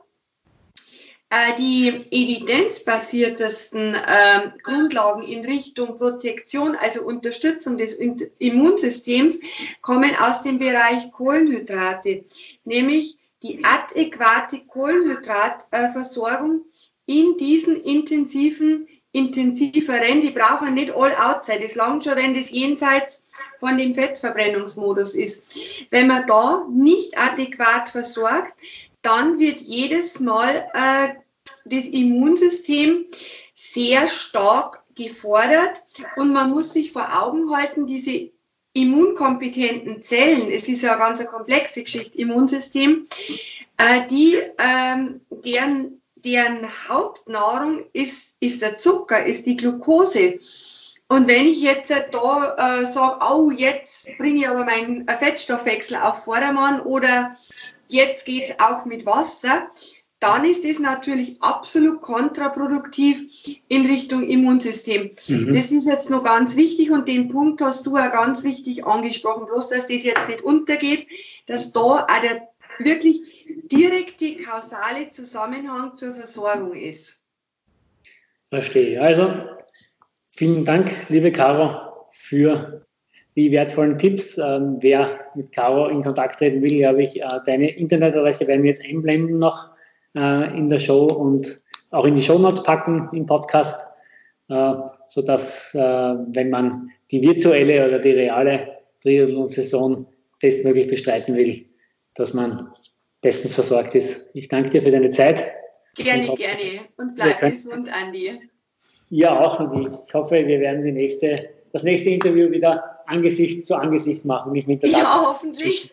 die evidenzbasiertesten äh, Grundlagen in Richtung Protektion, also Unterstützung des Immunsystems, kommen aus dem Bereich Kohlenhydrate, nämlich die adäquate Kohlenhydratversorgung in diesen intensiven, intensiveren, die brauchen nicht all outside, das langt schon, wenn das jenseits von dem Fettverbrennungsmodus ist. Wenn man da nicht adäquat versorgt, dann wird jedes Mal äh, das Immunsystem sehr stark gefordert und man muss sich vor Augen halten, diese immunkompetenten Zellen, es ist ja eine ganz komplexe Geschichte, Immunsystem, äh, die, ähm, deren, deren Hauptnahrung ist, ist der Zucker, ist die Glucose. Und wenn ich jetzt da äh, sage, oh, jetzt bringe ich aber meinen Fettstoffwechsel auf Vordermann oder jetzt geht es auch mit Wasser, dann ist das natürlich absolut kontraproduktiv in Richtung Immunsystem. Mhm. Das ist jetzt noch ganz wichtig und den Punkt hast du ja ganz wichtig angesprochen, bloß dass das jetzt nicht untergeht, dass da auch der wirklich direkte kausale Zusammenhang zur Versorgung ist. Verstehe. Also vielen Dank, liebe Caro, für die wertvollen Tipps. Ähm, wer mit Caro in Kontakt treten will, glaube ich, äh, deine Internetadresse werden wir jetzt einblenden noch äh, in der Show und auch in die Shownotes packen im Podcast, äh, sodass, äh, wenn man die virtuelle oder die reale Triathlon-Saison bestmöglich bestreiten will, dass man bestens versorgt ist. Ich danke dir für deine Zeit. Gerne, und gerne. Und bleib gesund, Andi. Ja, auch. Und ich hoffe, wir werden die nächste, das nächste Interview wieder Angesicht zu Angesicht machen, nicht mit der Ja, Tag. Hoffentlich.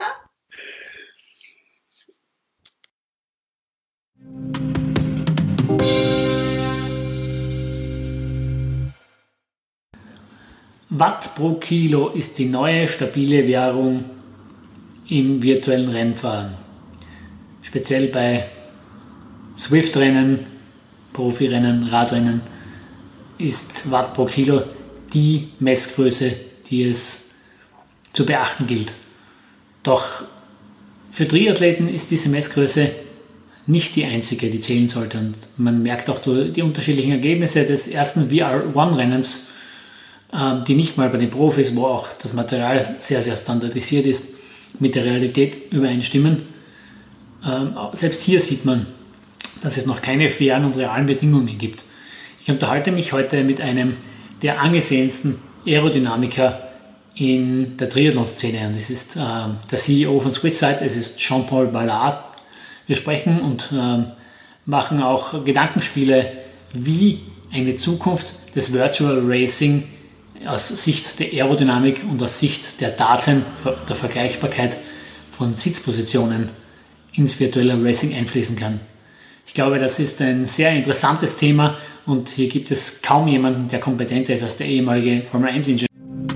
Watt pro Kilo ist die neue stabile Währung im virtuellen Rennfahren. Speziell bei Swift-Rennen, Profirennen, Radrennen ist Watt pro Kilo die Messgröße, die es zu beachten gilt. Doch für Triathleten ist diese Messgröße nicht die einzige, die zählen sollte. Und man merkt auch die unterschiedlichen Ergebnisse des ersten V R eins Rennens, die nicht mal bei den Profis, wo auch das Material sehr, sehr standardisiert ist, mit der Realität übereinstimmen. Selbst hier sieht man, dass es noch keine fairen und realen Bedingungen gibt. Ich unterhalte mich heute mit einem der angesehensten Aerodynamiker in der Triathlon-Szene. Und das ist äh, der C E O von Swisside, es ist Jean-Paul Ballard. Wir sprechen und äh, machen auch Gedankenspiele, wie eine Zukunft des Virtual Racing aus Sicht der Aerodynamik und aus Sicht der Daten, der Vergleichbarkeit von Sitzpositionen ins virtuelle Racing einfließen kann. Ich glaube, das ist ein sehr interessantes Thema und hier gibt es kaum jemanden, der kompetenter ist als der ehemalige Formel eins Ingenieur.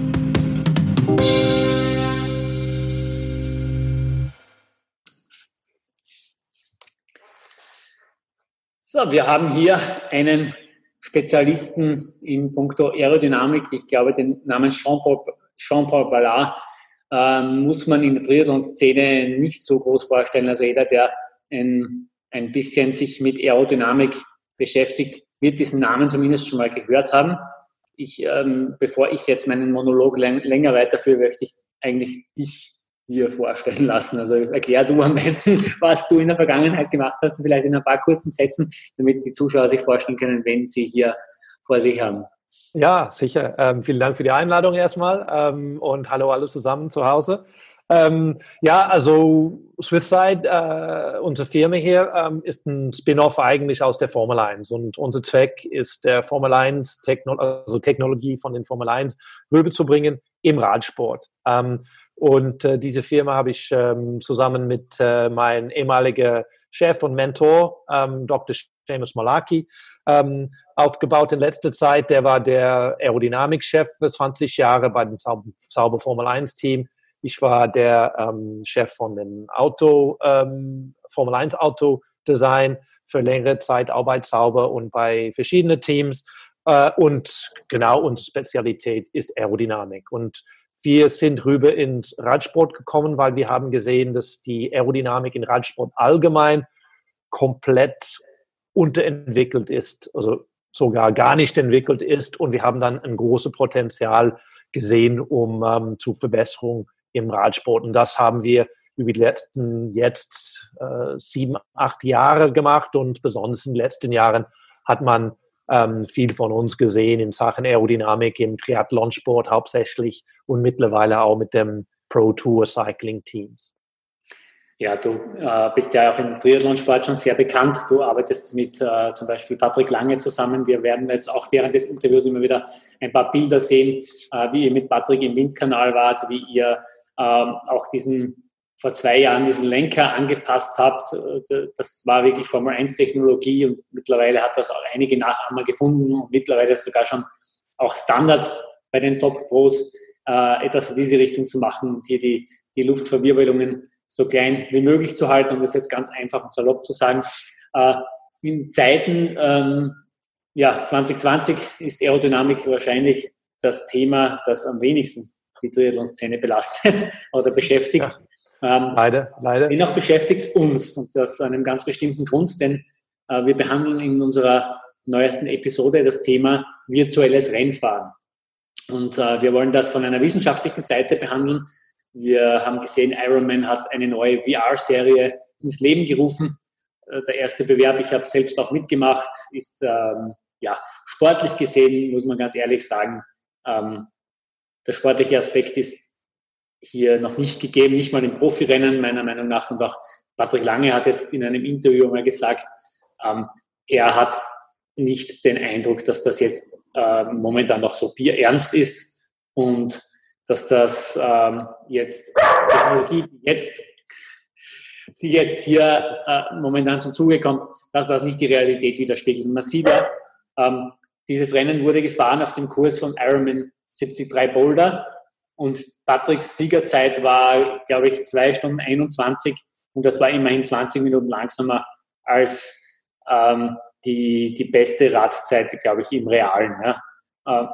So, wir haben hier einen Spezialisten in puncto Aerodynamik. Ich glaube, den Namen Jean-Paul, Jean-Paul Ballard ähm, muss man in der Triathlon-Szene nicht so groß vorstellen. Also jeder, der ein, ein bisschen sich mit Aerodynamik beschäftigt, wird diesen Namen zumindest schon mal gehört haben. Ich, ähm, bevor ich jetzt meinen Monolog läng, länger weiterführe, möchte ich eigentlich dich dir vorstellen lassen. Also erklär du am besten, was du in der Vergangenheit gemacht hast, vielleicht in ein paar kurzen Sätzen, damit die Zuschauer sich vorstellen können, wenn sie hier vor sich haben. Ja, sicher. Ähm, vielen Dank für die Einladung erstmal ähm, und hallo alle zusammen zu Hause. Ähm, ja, also Swisside, äh, unsere Firma hier, ähm, ist ein Spin-off eigentlich aus der Formel eins und unser Zweck ist, der Formel eins, Techno- also Technologie von den Formel eins rüberzubringen im Radsport. Ähm, und äh, diese Firma habe ich ähm, zusammen mit äh, meinem ehemaligen Chef und Mentor, ähm, Doktor Seamus Malaki, ähm, aufgebaut in letzter Zeit. Der war der Aerodynamik-Chef für zwanzig Jahre bei dem Sauber, Sauber Formel eins Team. Ich war der ähm, Chef von dem Auto, ähm, Formel eins Auto Design für längere Zeit auch bei Sauber und bei verschiedenen Teams. Äh, und genau unsere Spezialität ist Aerodynamik. Und wir sind rüber ins Radsport gekommen, weil wir haben gesehen, dass die Aerodynamik in Radsport allgemein komplett unterentwickelt ist, also sogar gar nicht entwickelt ist. Und wir haben dann ein großes Potenzial gesehen, um ähm, zu Verbesserung im Radsport. Und das haben wir über die letzten jetzt äh, sieben, acht Jahre gemacht. Und besonders in den letzten Jahren hat man ähm, viel von uns gesehen in Sachen Aerodynamik im Triathlonsport hauptsächlich und mittlerweile auch mit dem Pro Tour Cycling Teams. Ja, du äh, bist ja auch im Triathlonsport schon sehr bekannt. Du arbeitest mit äh, zum Beispiel Patrick Lange zusammen. Wir werden jetzt auch während des Interviews immer wieder ein paar Bilder sehen, äh, wie ihr mit Patrick im Windkanal wart, wie ihr ähm, auch diesen vor zwei Jahren diesen Lenker angepasst habt. Das war wirklich Formel eins Technologie und mittlerweile hat das auch einige Nachahmer gefunden und mittlerweile sogar schon auch Standard bei den Top-Pros, äh, etwas in diese Richtung zu machen und hier die, die Luftverwirbelungen so klein wie möglich zu halten, um das jetzt ganz einfach und salopp zu sagen. Äh, in Zeiten ähm, ja, zwanzig zwanzig ist Aerodynamik wahrscheinlich das Thema, das am wenigsten die Triathlon-Szene belastet oder beschäftigt. Ja, ähm, leider, leider. Dennoch beschäftigt es uns und das aus einem ganz bestimmten Grund, denn äh, wir behandeln in unserer neuesten Episode das Thema virtuelles Rennfahren. Und äh, wir wollen das von einer wissenschaftlichen Seite behandeln. Wir haben gesehen, Ironman hat eine neue V R-Serie ins Leben gerufen. Äh, der erste Bewerb, ich habe selbst auch mitgemacht, ist ähm, ja, sportlich gesehen, muss man ganz ehrlich sagen, ähm, der sportliche Aspekt ist hier noch nicht gegeben, nicht mal im Profirennen meiner Meinung nach. Und auch Patrick Lange hat jetzt in einem Interview mal gesagt, ähm, er hat nicht den Eindruck, dass das jetzt äh, momentan noch so bierernst ist und dass das ähm, jetzt Technologie, die jetzt, die jetzt hier äh, momentan zum Zuge kommt, dass das nicht die Realität widerspiegelt. Und man sieht ja, ähm, dieses Rennen wurde gefahren auf dem Kurs von Ironman siebzig Komma drei Boulder und Patricks Siegerzeit war, glaube ich, zwei Stunden einundzwanzig und das war immerhin zwanzig Minuten langsamer als ähm, die, die beste Radzeit, glaube ich, im Realen. Ja. Äh,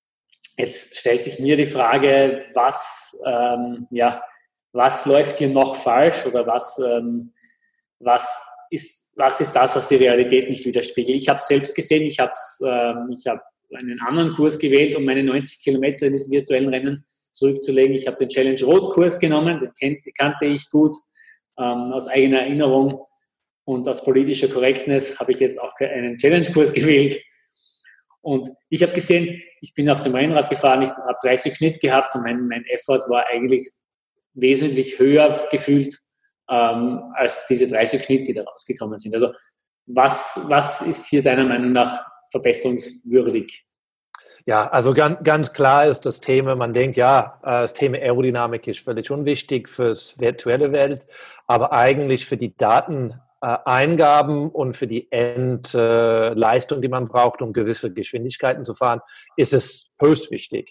jetzt stellt sich mir die Frage, was, ähm, ja, was läuft hier noch falsch oder was, ähm, was, ist, was ist das, was die Realität nicht widerspiegelt? Ich habe es selbst gesehen, ich habe ähm, ich hab einen anderen Kurs gewählt, um meine neunzig Kilometer in diesen virtuellen Rennen zurückzulegen. Ich habe den Challenge Rot Kurs genommen, den kennt, kannte ich gut ähm, aus eigener Erinnerung und aus politischer Correctness habe ich jetzt auch einen Challenge Kurs gewählt. Und ich habe gesehen, ich bin auf dem Rennrad gefahren, ich habe dreißig Schnitt gehabt und mein, mein Effort war eigentlich wesentlich höher gefühlt ähm, als diese dreißig Schnitt, die da rausgekommen sind. Also was, was ist hier deiner Meinung nach verbesserungswürdig? Ja, also ganz, ganz klar ist das Thema, man denkt, ja, das Thema Aerodynamik ist völlig unwichtig fürs virtuelle Welt, aber eigentlich für die Dateneingaben und für die Endleistung, die man braucht, um gewisse Geschwindigkeiten zu fahren, ist es höchst wichtig.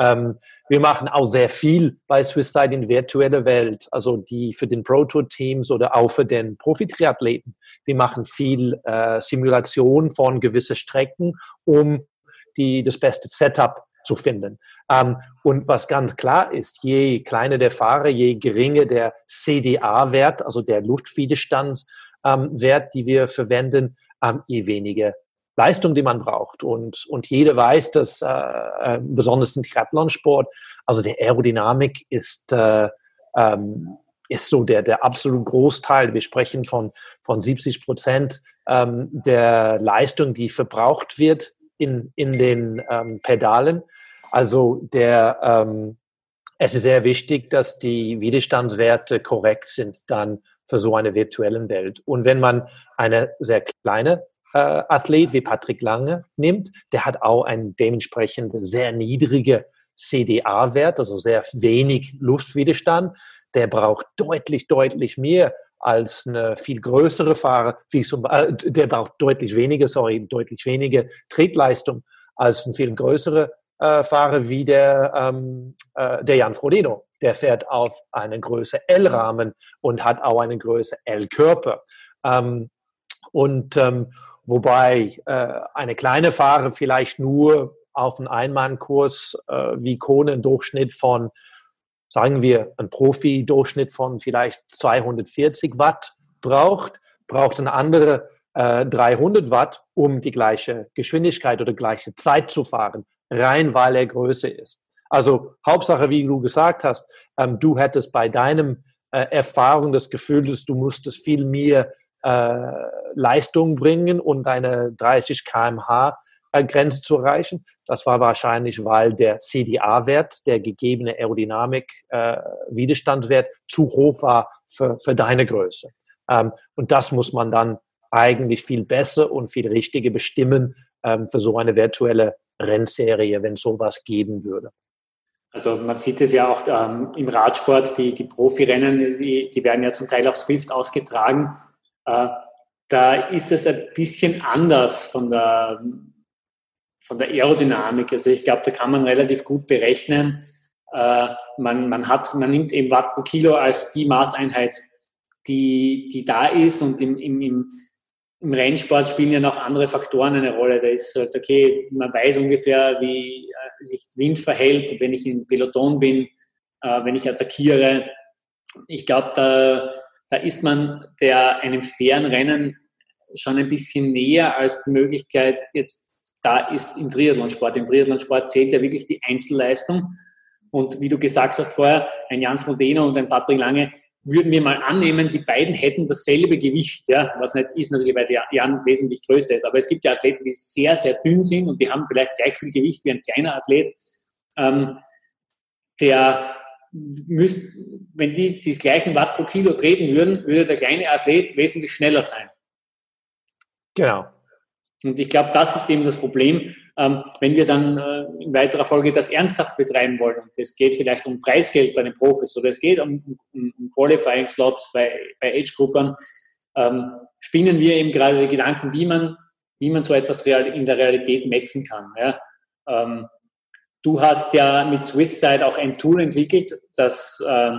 Wir machen auch sehr viel bei Swisside in virtuelle Welt, also die für den Pro-Tour-Teams oder auch für den Profi-Triathleten. Wir machen viel äh, Simulation von gewissen Strecken, um die, das beste Setup zu finden. Ähm, und was ganz klar ist, je kleiner der Fahrer, je geringer der C D A-Wert, also der Luftwiderstandswert, ähm, die wir verwenden, ähm, je weniger Leistung, die man braucht. Und, und jeder weiß, dass äh, besonders im Triathlonsport, also der Aerodynamik ist, äh, ähm, ist so der, der absolute Großteil. Wir sprechen von, von siebzig Prozent ähm, der Leistung, die verbraucht wird in, in den ähm, Pedalen. Also der, ähm, es ist sehr wichtig, dass die Widerstandswerte korrekt sind dann für so eine virtuelle Welt. Und wenn man eine sehr kleine äh, Athlet wie Patrick Lange nimmt, der hat auch einen dementsprechend sehr niedrigen C D A-Wert, also sehr wenig Luftwiderstand. Der braucht deutlich, deutlich mehr als eine viel größere Fahrer, wie zum, äh, der braucht deutlich weniger, sorry, deutlich weniger Tretleistung als ein viel größerer äh, Fahrer wie der, ähm, äh, der Jan Frodeno. Der fährt auf eine Größe L-Rahmen und hat auch eine Größe L-Körper. Ähm, und ähm, wobei äh, eine kleine Fahrer vielleicht nur auf einen Einmannkurs äh, wie Kone einen Durchschnitt von, sagen wir, ein Profi-Durchschnitt von vielleicht zweihundertvierzig Watt braucht, braucht ein anderer äh, dreihundert Watt, um die gleiche Geschwindigkeit oder gleiche Zeit zu fahren, rein weil er größer ist. Also Hauptsache, wie du gesagt hast, ähm, du hättest bei deinem äh, Erfahrung das Gefühl, dass du musstest viel mehr äh, Leistung bringen, um deine dreißig Kilometer pro Stunde äh, Grenze zu erreichen. Das war wahrscheinlich, weil der C D A-Wert, der gegebene Aerodynamik-Widerstandswert, äh, zu hoch war für, für deine Größe. Ähm, und das muss man dann eigentlich viel besser und viel richtiger bestimmen ähm, für so eine virtuelle Rennserie, wenn sowas geben würde. Also man sieht es ja auch ähm, im Radsport, die, die Profirennen, die, die werden ja zum Teil auf Swift ausgetragen. Äh, da ist es ein bisschen anders von der, von der Aerodynamik. Also ich glaube, da kann man relativ gut berechnen. Äh, man, man, hat, man nimmt eben Watt pro Kilo als die Maßeinheit, die, die da ist. Und im, im, im, im Rennsport spielen ja noch andere Faktoren eine Rolle. Da ist halt, okay, man weiß ungefähr, wie äh, sich Wind verhält, wenn ich im Peloton bin, äh, wenn ich attackiere. Ich glaube, da, da ist man der, einem fairen Rennen schon ein bisschen näher als die Möglichkeit jetzt da ist im Triathlonsport. Im Triathlonsport zählt ja wirklich die Einzelleistung. Und wie du gesagt hast vorher, ein Jan Frodeno und ein Patrick Lange würden wir mal annehmen, die beiden hätten dasselbe Gewicht, ja, was nicht ist natürlich, weil der Jan wesentlich größer ist. Aber es gibt ja Athleten, die sehr, sehr dünn sind und die haben vielleicht gleich viel Gewicht wie ein kleiner Athlet. Ähm, der müsst, wenn die die gleichen Watt pro Kilo treten würden, würde der kleine Athlet wesentlich schneller sein. Genau. Und ich glaube, das ist eben das Problem, ähm, wenn wir dann äh, in weiterer Folge das ernsthaft betreiben wollen. Und es geht vielleicht um Preisgeld bei den Profis oder es geht um, um, um Qualifying-Slots bei, bei Age-Gruppern, ähm, spinnen wir eben gerade die Gedanken, wie man, wie man so etwas real, in der Realität messen kann. Ja? Ähm, du hast ja mit Swisside auch ein Tool entwickelt, das ähm,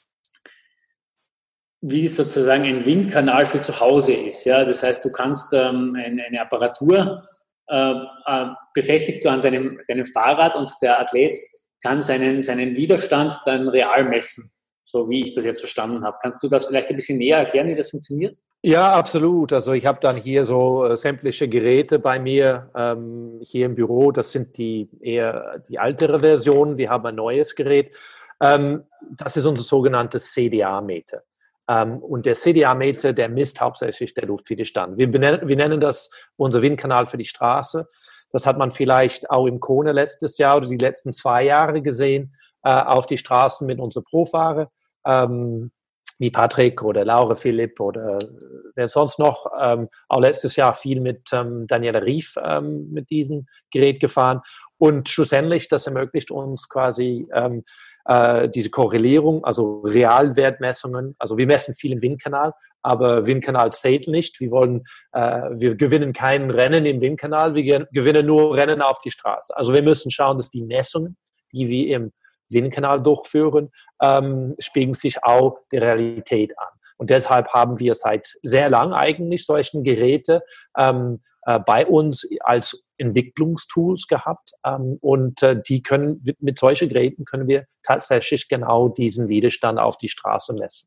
wie sozusagen ein Windkanal für zu Hause ist. Ja? Das heißt, du kannst ähm, eine, eine Apparatur äh, äh, befestigt an deinem, deinem Fahrrad und der Athlet kann seinen, seinen Widerstand dann real messen, so wie ich das jetzt verstanden habe. Kannst du das vielleicht ein bisschen näher erklären, wie das funktioniert? Ja, absolut. Also ich habe dann hier so äh, sämtliche Geräte bei mir ähm, hier im Büro. Das sind die eher die ältere Version. Wir haben ein neues Gerät. Ähm, das ist unser sogenanntes C D A-Meter. Um, und der C D A-Meter, der misst hauptsächlich der Luftwiderstand. Wir, benennen, wir nennen das unser Windkanal für die Straße. Das hat man vielleicht auch im Kona letztes Jahr oder die letzten zwei Jahre gesehen, äh, auf die Straßen mit unseren Profahrern, ähm, wie Patrick oder Laura Philipp oder wer sonst noch. Ähm, auch letztes Jahr viel mit ähm, Daniela Rief ähm, mit diesem Gerät gefahren. Und schlussendlich, das ermöglicht uns quasi ähm, äh, diese Korrelierung, also Realwertmessungen. Also wir messen viel im Windkanal, aber Windkanal zählt nicht. Wir wollen, äh, wir gewinnen kein Rennen im Windkanal, wir gewinnen nur Rennen auf die Straße. Also wir müssen schauen, dass die Messungen, die wir im Windkanal durchführen, ähm, spiegeln sich auch der Realität an. Und deshalb haben wir seit sehr lang eigentlich solchen Geräte ähm, äh, bei uns als Entwicklungstools gehabt. Ähm, und äh, die können, mit solchen Geräten können wir tatsächlich genau diesen Widerstand auf die Straße messen.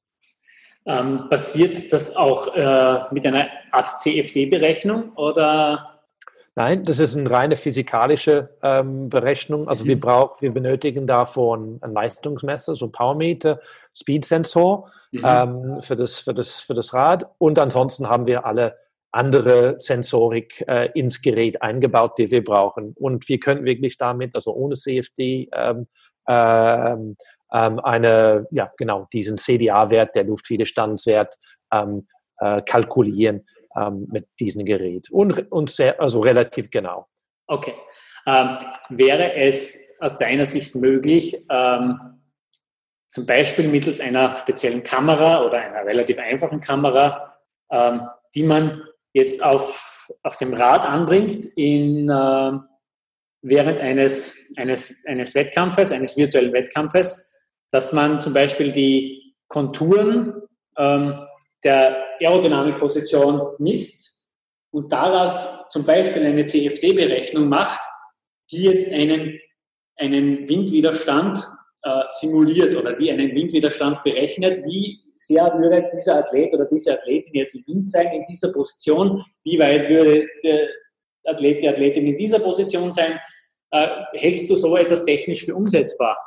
Ähm, passiert das auch äh, mit einer Art C F D-Berechnung oder? Nein, das ist eine reine physikalische ähm, Berechnung. Also mhm. wir brauchen, wir benötigen davon ein Leistungsmesser, so ein Powermeter, Speed-Sensor mhm. ähm, für das, für das, für das Rad. Und ansonsten haben wir alle andere Sensorik äh, ins Gerät eingebaut, die wir brauchen. Und wir können wirklich damit, also ohne C F D, ähm, ähm, ähm, eine, ja genau, diesen C D A-Wert, der Luftwiderstandswert, ähm, äh, kalkulieren ähm, mit diesem Gerät. Und, und sehr, also relativ genau. Okay. Ähm, wäre es aus deiner Sicht möglich, ähm, zum Beispiel mittels einer speziellen Kamera oder einer relativ einfachen Kamera, ähm, die man jetzt auf, auf dem Rad anbringt, in, äh, während eines, eines, eines Wettkampfes, eines virtuellen Wettkampfes, dass man zum Beispiel die Konturen ähm, der Aerodynamikposition misst und daraus zum Beispiel eine C F D-Berechnung macht, die jetzt einen, einen Windwiderstand äh, simuliert oder die einen Windwiderstand berechnet, wie sehr würde dieser Athlet oder diese Athletin jetzt im Wind sein in dieser Position, wie weit würde der Athlet, die Athletin in dieser Position sein. Äh, hältst du so etwas technisch für umsetzbar?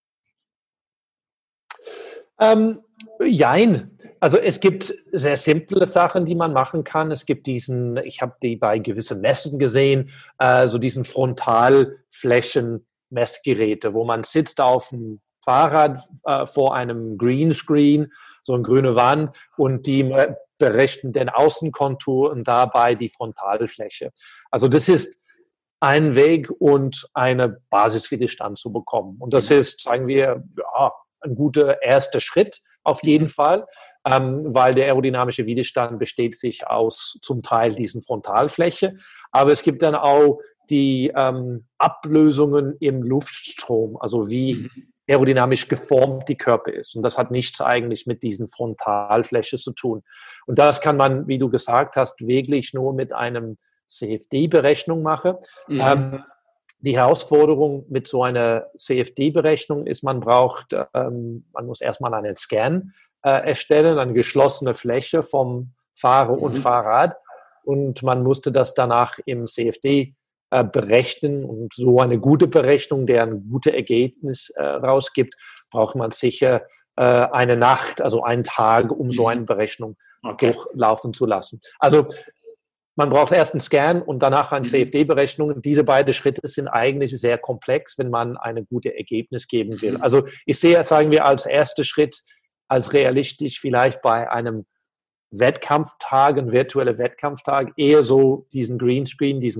Ähm, jein. Also es gibt sehr simple Sachen, die man machen kann. Es gibt diesen, ich habe die bei gewissen Messen gesehen, äh, so diesen Frontalflächen-Messgeräte, wo man sitzt auf dem Fahrrad äh, vor einem Greenscreen, so eine grüne Wand, und die berechnen den Außenkontur und dabei die Frontalfläche. Also das ist ein Weg und eine Basiswiderstand zu bekommen. Und das ist, sagen wir, ja, ein guter erster Schritt auf jeden Fall, ähm, weil der aerodynamische Widerstand besteht sich aus zum Teil diesen Frontalfläche. Aber es gibt dann auch die ähm, Ablösungen im Luftstrom, also wie mhm. aerodynamisch geformt die Körper ist. Und das hat nichts eigentlich mit diesen Frontalfläche zu tun. Und das kann man, wie du gesagt hast, wirklich nur mit einem C F D-Berechnung machen. Mhm. Ähm, die Herausforderung mit so einer C F D-Berechnung ist, man braucht, ähm, man muss erstmal einen Scan äh, erstellen, eine geschlossene Fläche vom Fahrer mhm. und Fahrrad. Und man musste das danach im C F D äh, berechnen. Und so eine gute Berechnung, der ein gutes Ergebnis äh, rausgibt, braucht man sicher äh, eine Nacht, also einen Tag, um mhm. so eine Berechnung okay. durchlaufen zu lassen. Also man braucht erst einen Scan und danach eine mhm. C F D-Berechnung. Diese beiden Schritte sind eigentlich sehr komplex, wenn man ein gutes Ergebnis geben will. Mhm. Also ich sehe, sagen wir, als erster Schritt als realistisch vielleicht bei einem Wettkampftag, ein virtueller Wettkampftag, eher so diesen Greenscreen, diesen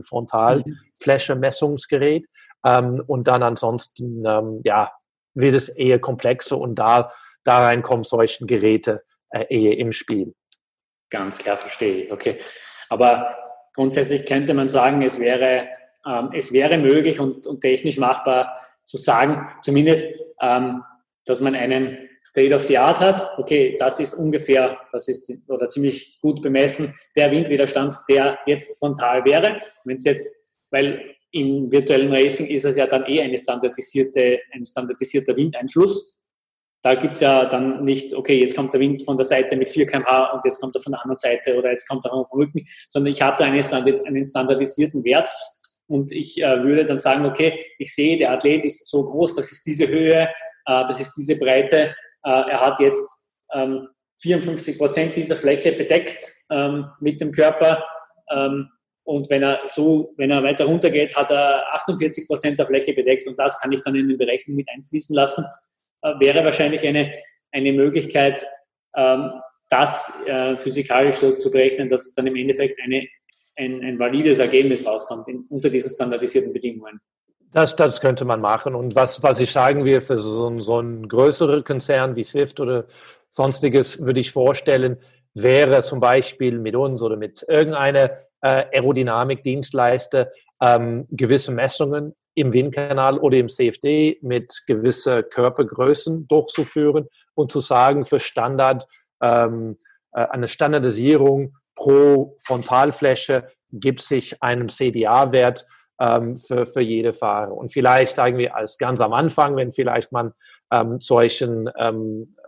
Frontalfläche-Messungsgerät. Ähm, und dann ansonsten, ähm, ja, wird es eher komplexer und da, da rein kommen solche Geräte äh, eher im Spiel. Ganz klar, verstehe ich. Okay. Aber grundsätzlich könnte man sagen, es wäre, ähm, es wäre möglich und, und technisch machbar zu sagen, zumindest, ähm, dass man einen State of the Art hat. Okay, das ist ungefähr, das ist oder ziemlich gut bemessen, der Windwiderstand, der jetzt frontal wäre. Wenn es jetzt, weil im virtuellen Racing ist es ja dann eh eine standardisierte, ein standardisierter Windeinfluss. Da gibt es ja dann nicht, okay, jetzt kommt der Wind von der Seite mit vier Kilometer pro Stunde und jetzt kommt er von der anderen Seite oder jetzt kommt er vom Rücken, sondern ich habe da einen, Standard, einen standardisierten Wert und ich äh, würde dann sagen, okay, ich sehe, der Athlet ist so groß, das ist diese Höhe, äh, das ist diese Breite, äh, er hat jetzt ähm, vierundfünfzig Prozent dieser Fläche bedeckt ähm, mit dem Körper ähm, und wenn er so, wenn er weiter runter geht, hat er achtundvierzig Prozent der Fläche bedeckt und das kann ich dann in die Berechnung mit einfließen lassen. Wäre wahrscheinlich eine, eine Möglichkeit, ähm, das äh, physikalisch so zu berechnen, dass dann im Endeffekt eine, ein, ein valides Ergebnis rauskommt in, unter diesen standardisierten Bedingungen. Das, das könnte man machen. Und was, was ich sagen will, für so, ein, so ein größerer Konzern wie Swift oder sonstiges, würde ich vorstellen, wäre zum Beispiel mit uns oder mit irgendeiner äh, Aerodynamik-Dienstleister ähm, gewisse Messungen im Windkanal oder im C F D mit gewissen Körpergrößen durchzuführen und zu sagen, für Standard, ähm, eine Standardisierung pro Frontalfläche gibt sich einen C D A-Wert ähm, für, für jede Fahrer. Und vielleicht sagen wir als ganz am Anfang, wenn vielleicht man ähm, solchen ähm,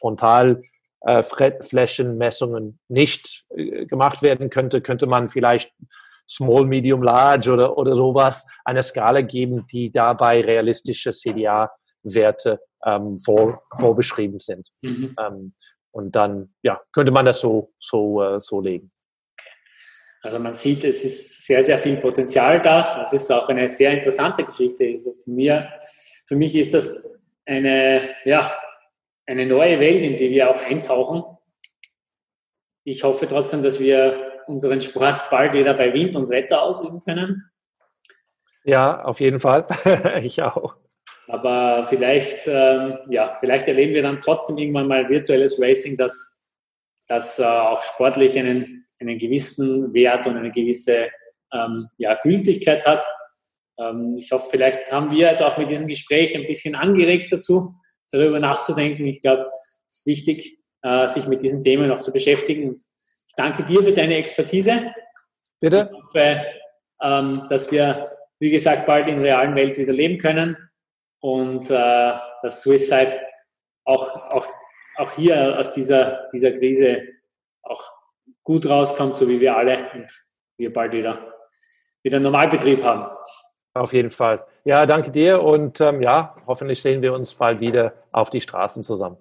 Frontalflächenmessungen nicht äh, gemacht werden könnte, könnte man vielleicht Small, Medium, Large oder, oder sowas, eine Skala geben, die dabei realistische C D A-Werte ähm, vor, vorbeschrieben sind. Mhm. Ähm, und dann ja, könnte man das so, so, äh, so legen. Also man sieht, es ist sehr, sehr viel Potenzial da. Das ist auch eine sehr interessante Geschichte. Für, mir, für mich ist das eine, ja, eine neue Welt, in die wir auch eintauchen. Ich hoffe trotzdem, dass wir unseren Sport bald wieder bei Wind und Wetter ausüben können. Ja, auf jeden Fall. Ich auch. Aber vielleicht, ähm, ja, vielleicht erleben wir dann trotzdem irgendwann mal virtuelles Racing, das, das äh, auch sportlich einen, einen gewissen Wert und eine gewisse ähm, ja, Gültigkeit hat. Ähm, ich hoffe, vielleicht haben wir jetzt auch mit diesem Gespräch ein bisschen angeregt dazu, darüber nachzudenken. Ich glaube, es ist wichtig, äh, sich mit diesen Themen noch zu beschäftigen. Und ich danke dir für deine Expertise. Bitte. Ich hoffe, ähm, dass wir, wie gesagt, bald in der realen Welt wieder leben können und äh, dass Swisside auch, auch, auch hier aus dieser, dieser Krise auch gut rauskommt, so wie wir alle und wir bald wieder, wieder einen Normalbetrieb haben. Auf jeden Fall. Ja, danke dir und ähm, ja, hoffentlich sehen wir uns bald wieder auf die Straßen zusammen.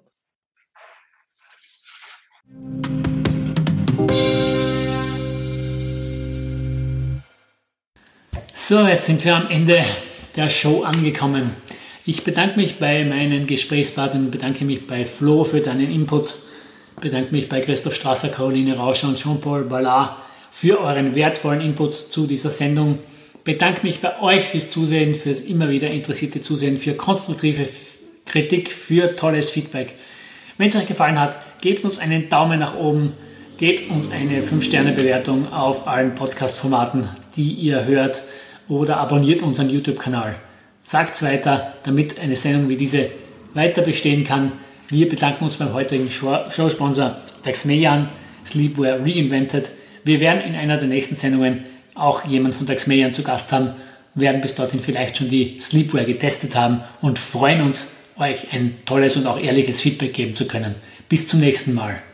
So, jetzt sind wir am Ende der Show angekommen. Ich bedanke mich bei meinen Gesprächspartnern, bedanke mich bei Flo für deinen Input, bedanke mich bei Christoph Strasser, Caroline Rauscher und Jean-Paul Ballard für euren wertvollen Input zu dieser Sendung. Bedanke mich bei euch fürs Zusehen, fürs immer wieder interessierte Zusehen, für konstruktive Kritik, für tolles Feedback. Wenn es euch gefallen hat, gebt uns einen Daumen nach oben, gebt uns eine fünf Sterne Bewertung auf allen Podcast-Formaten, die ihr hört. oder abonniert unseren YouTube-Kanal. Sagt's weiter, damit eine Sendung wie diese weiter bestehen kann. Wir bedanken uns beim heutigen Showsponsor Taxmeyan, Sleepwear Reinvented. Wir werden in einer der nächsten Sendungen auch jemanden von Taxmeyan zu Gast haben, werden bis dorthin vielleicht schon die Sleepwear getestet haben und freuen uns, euch ein tolles und auch ehrliches Feedback geben zu können. Bis zum nächsten Mal.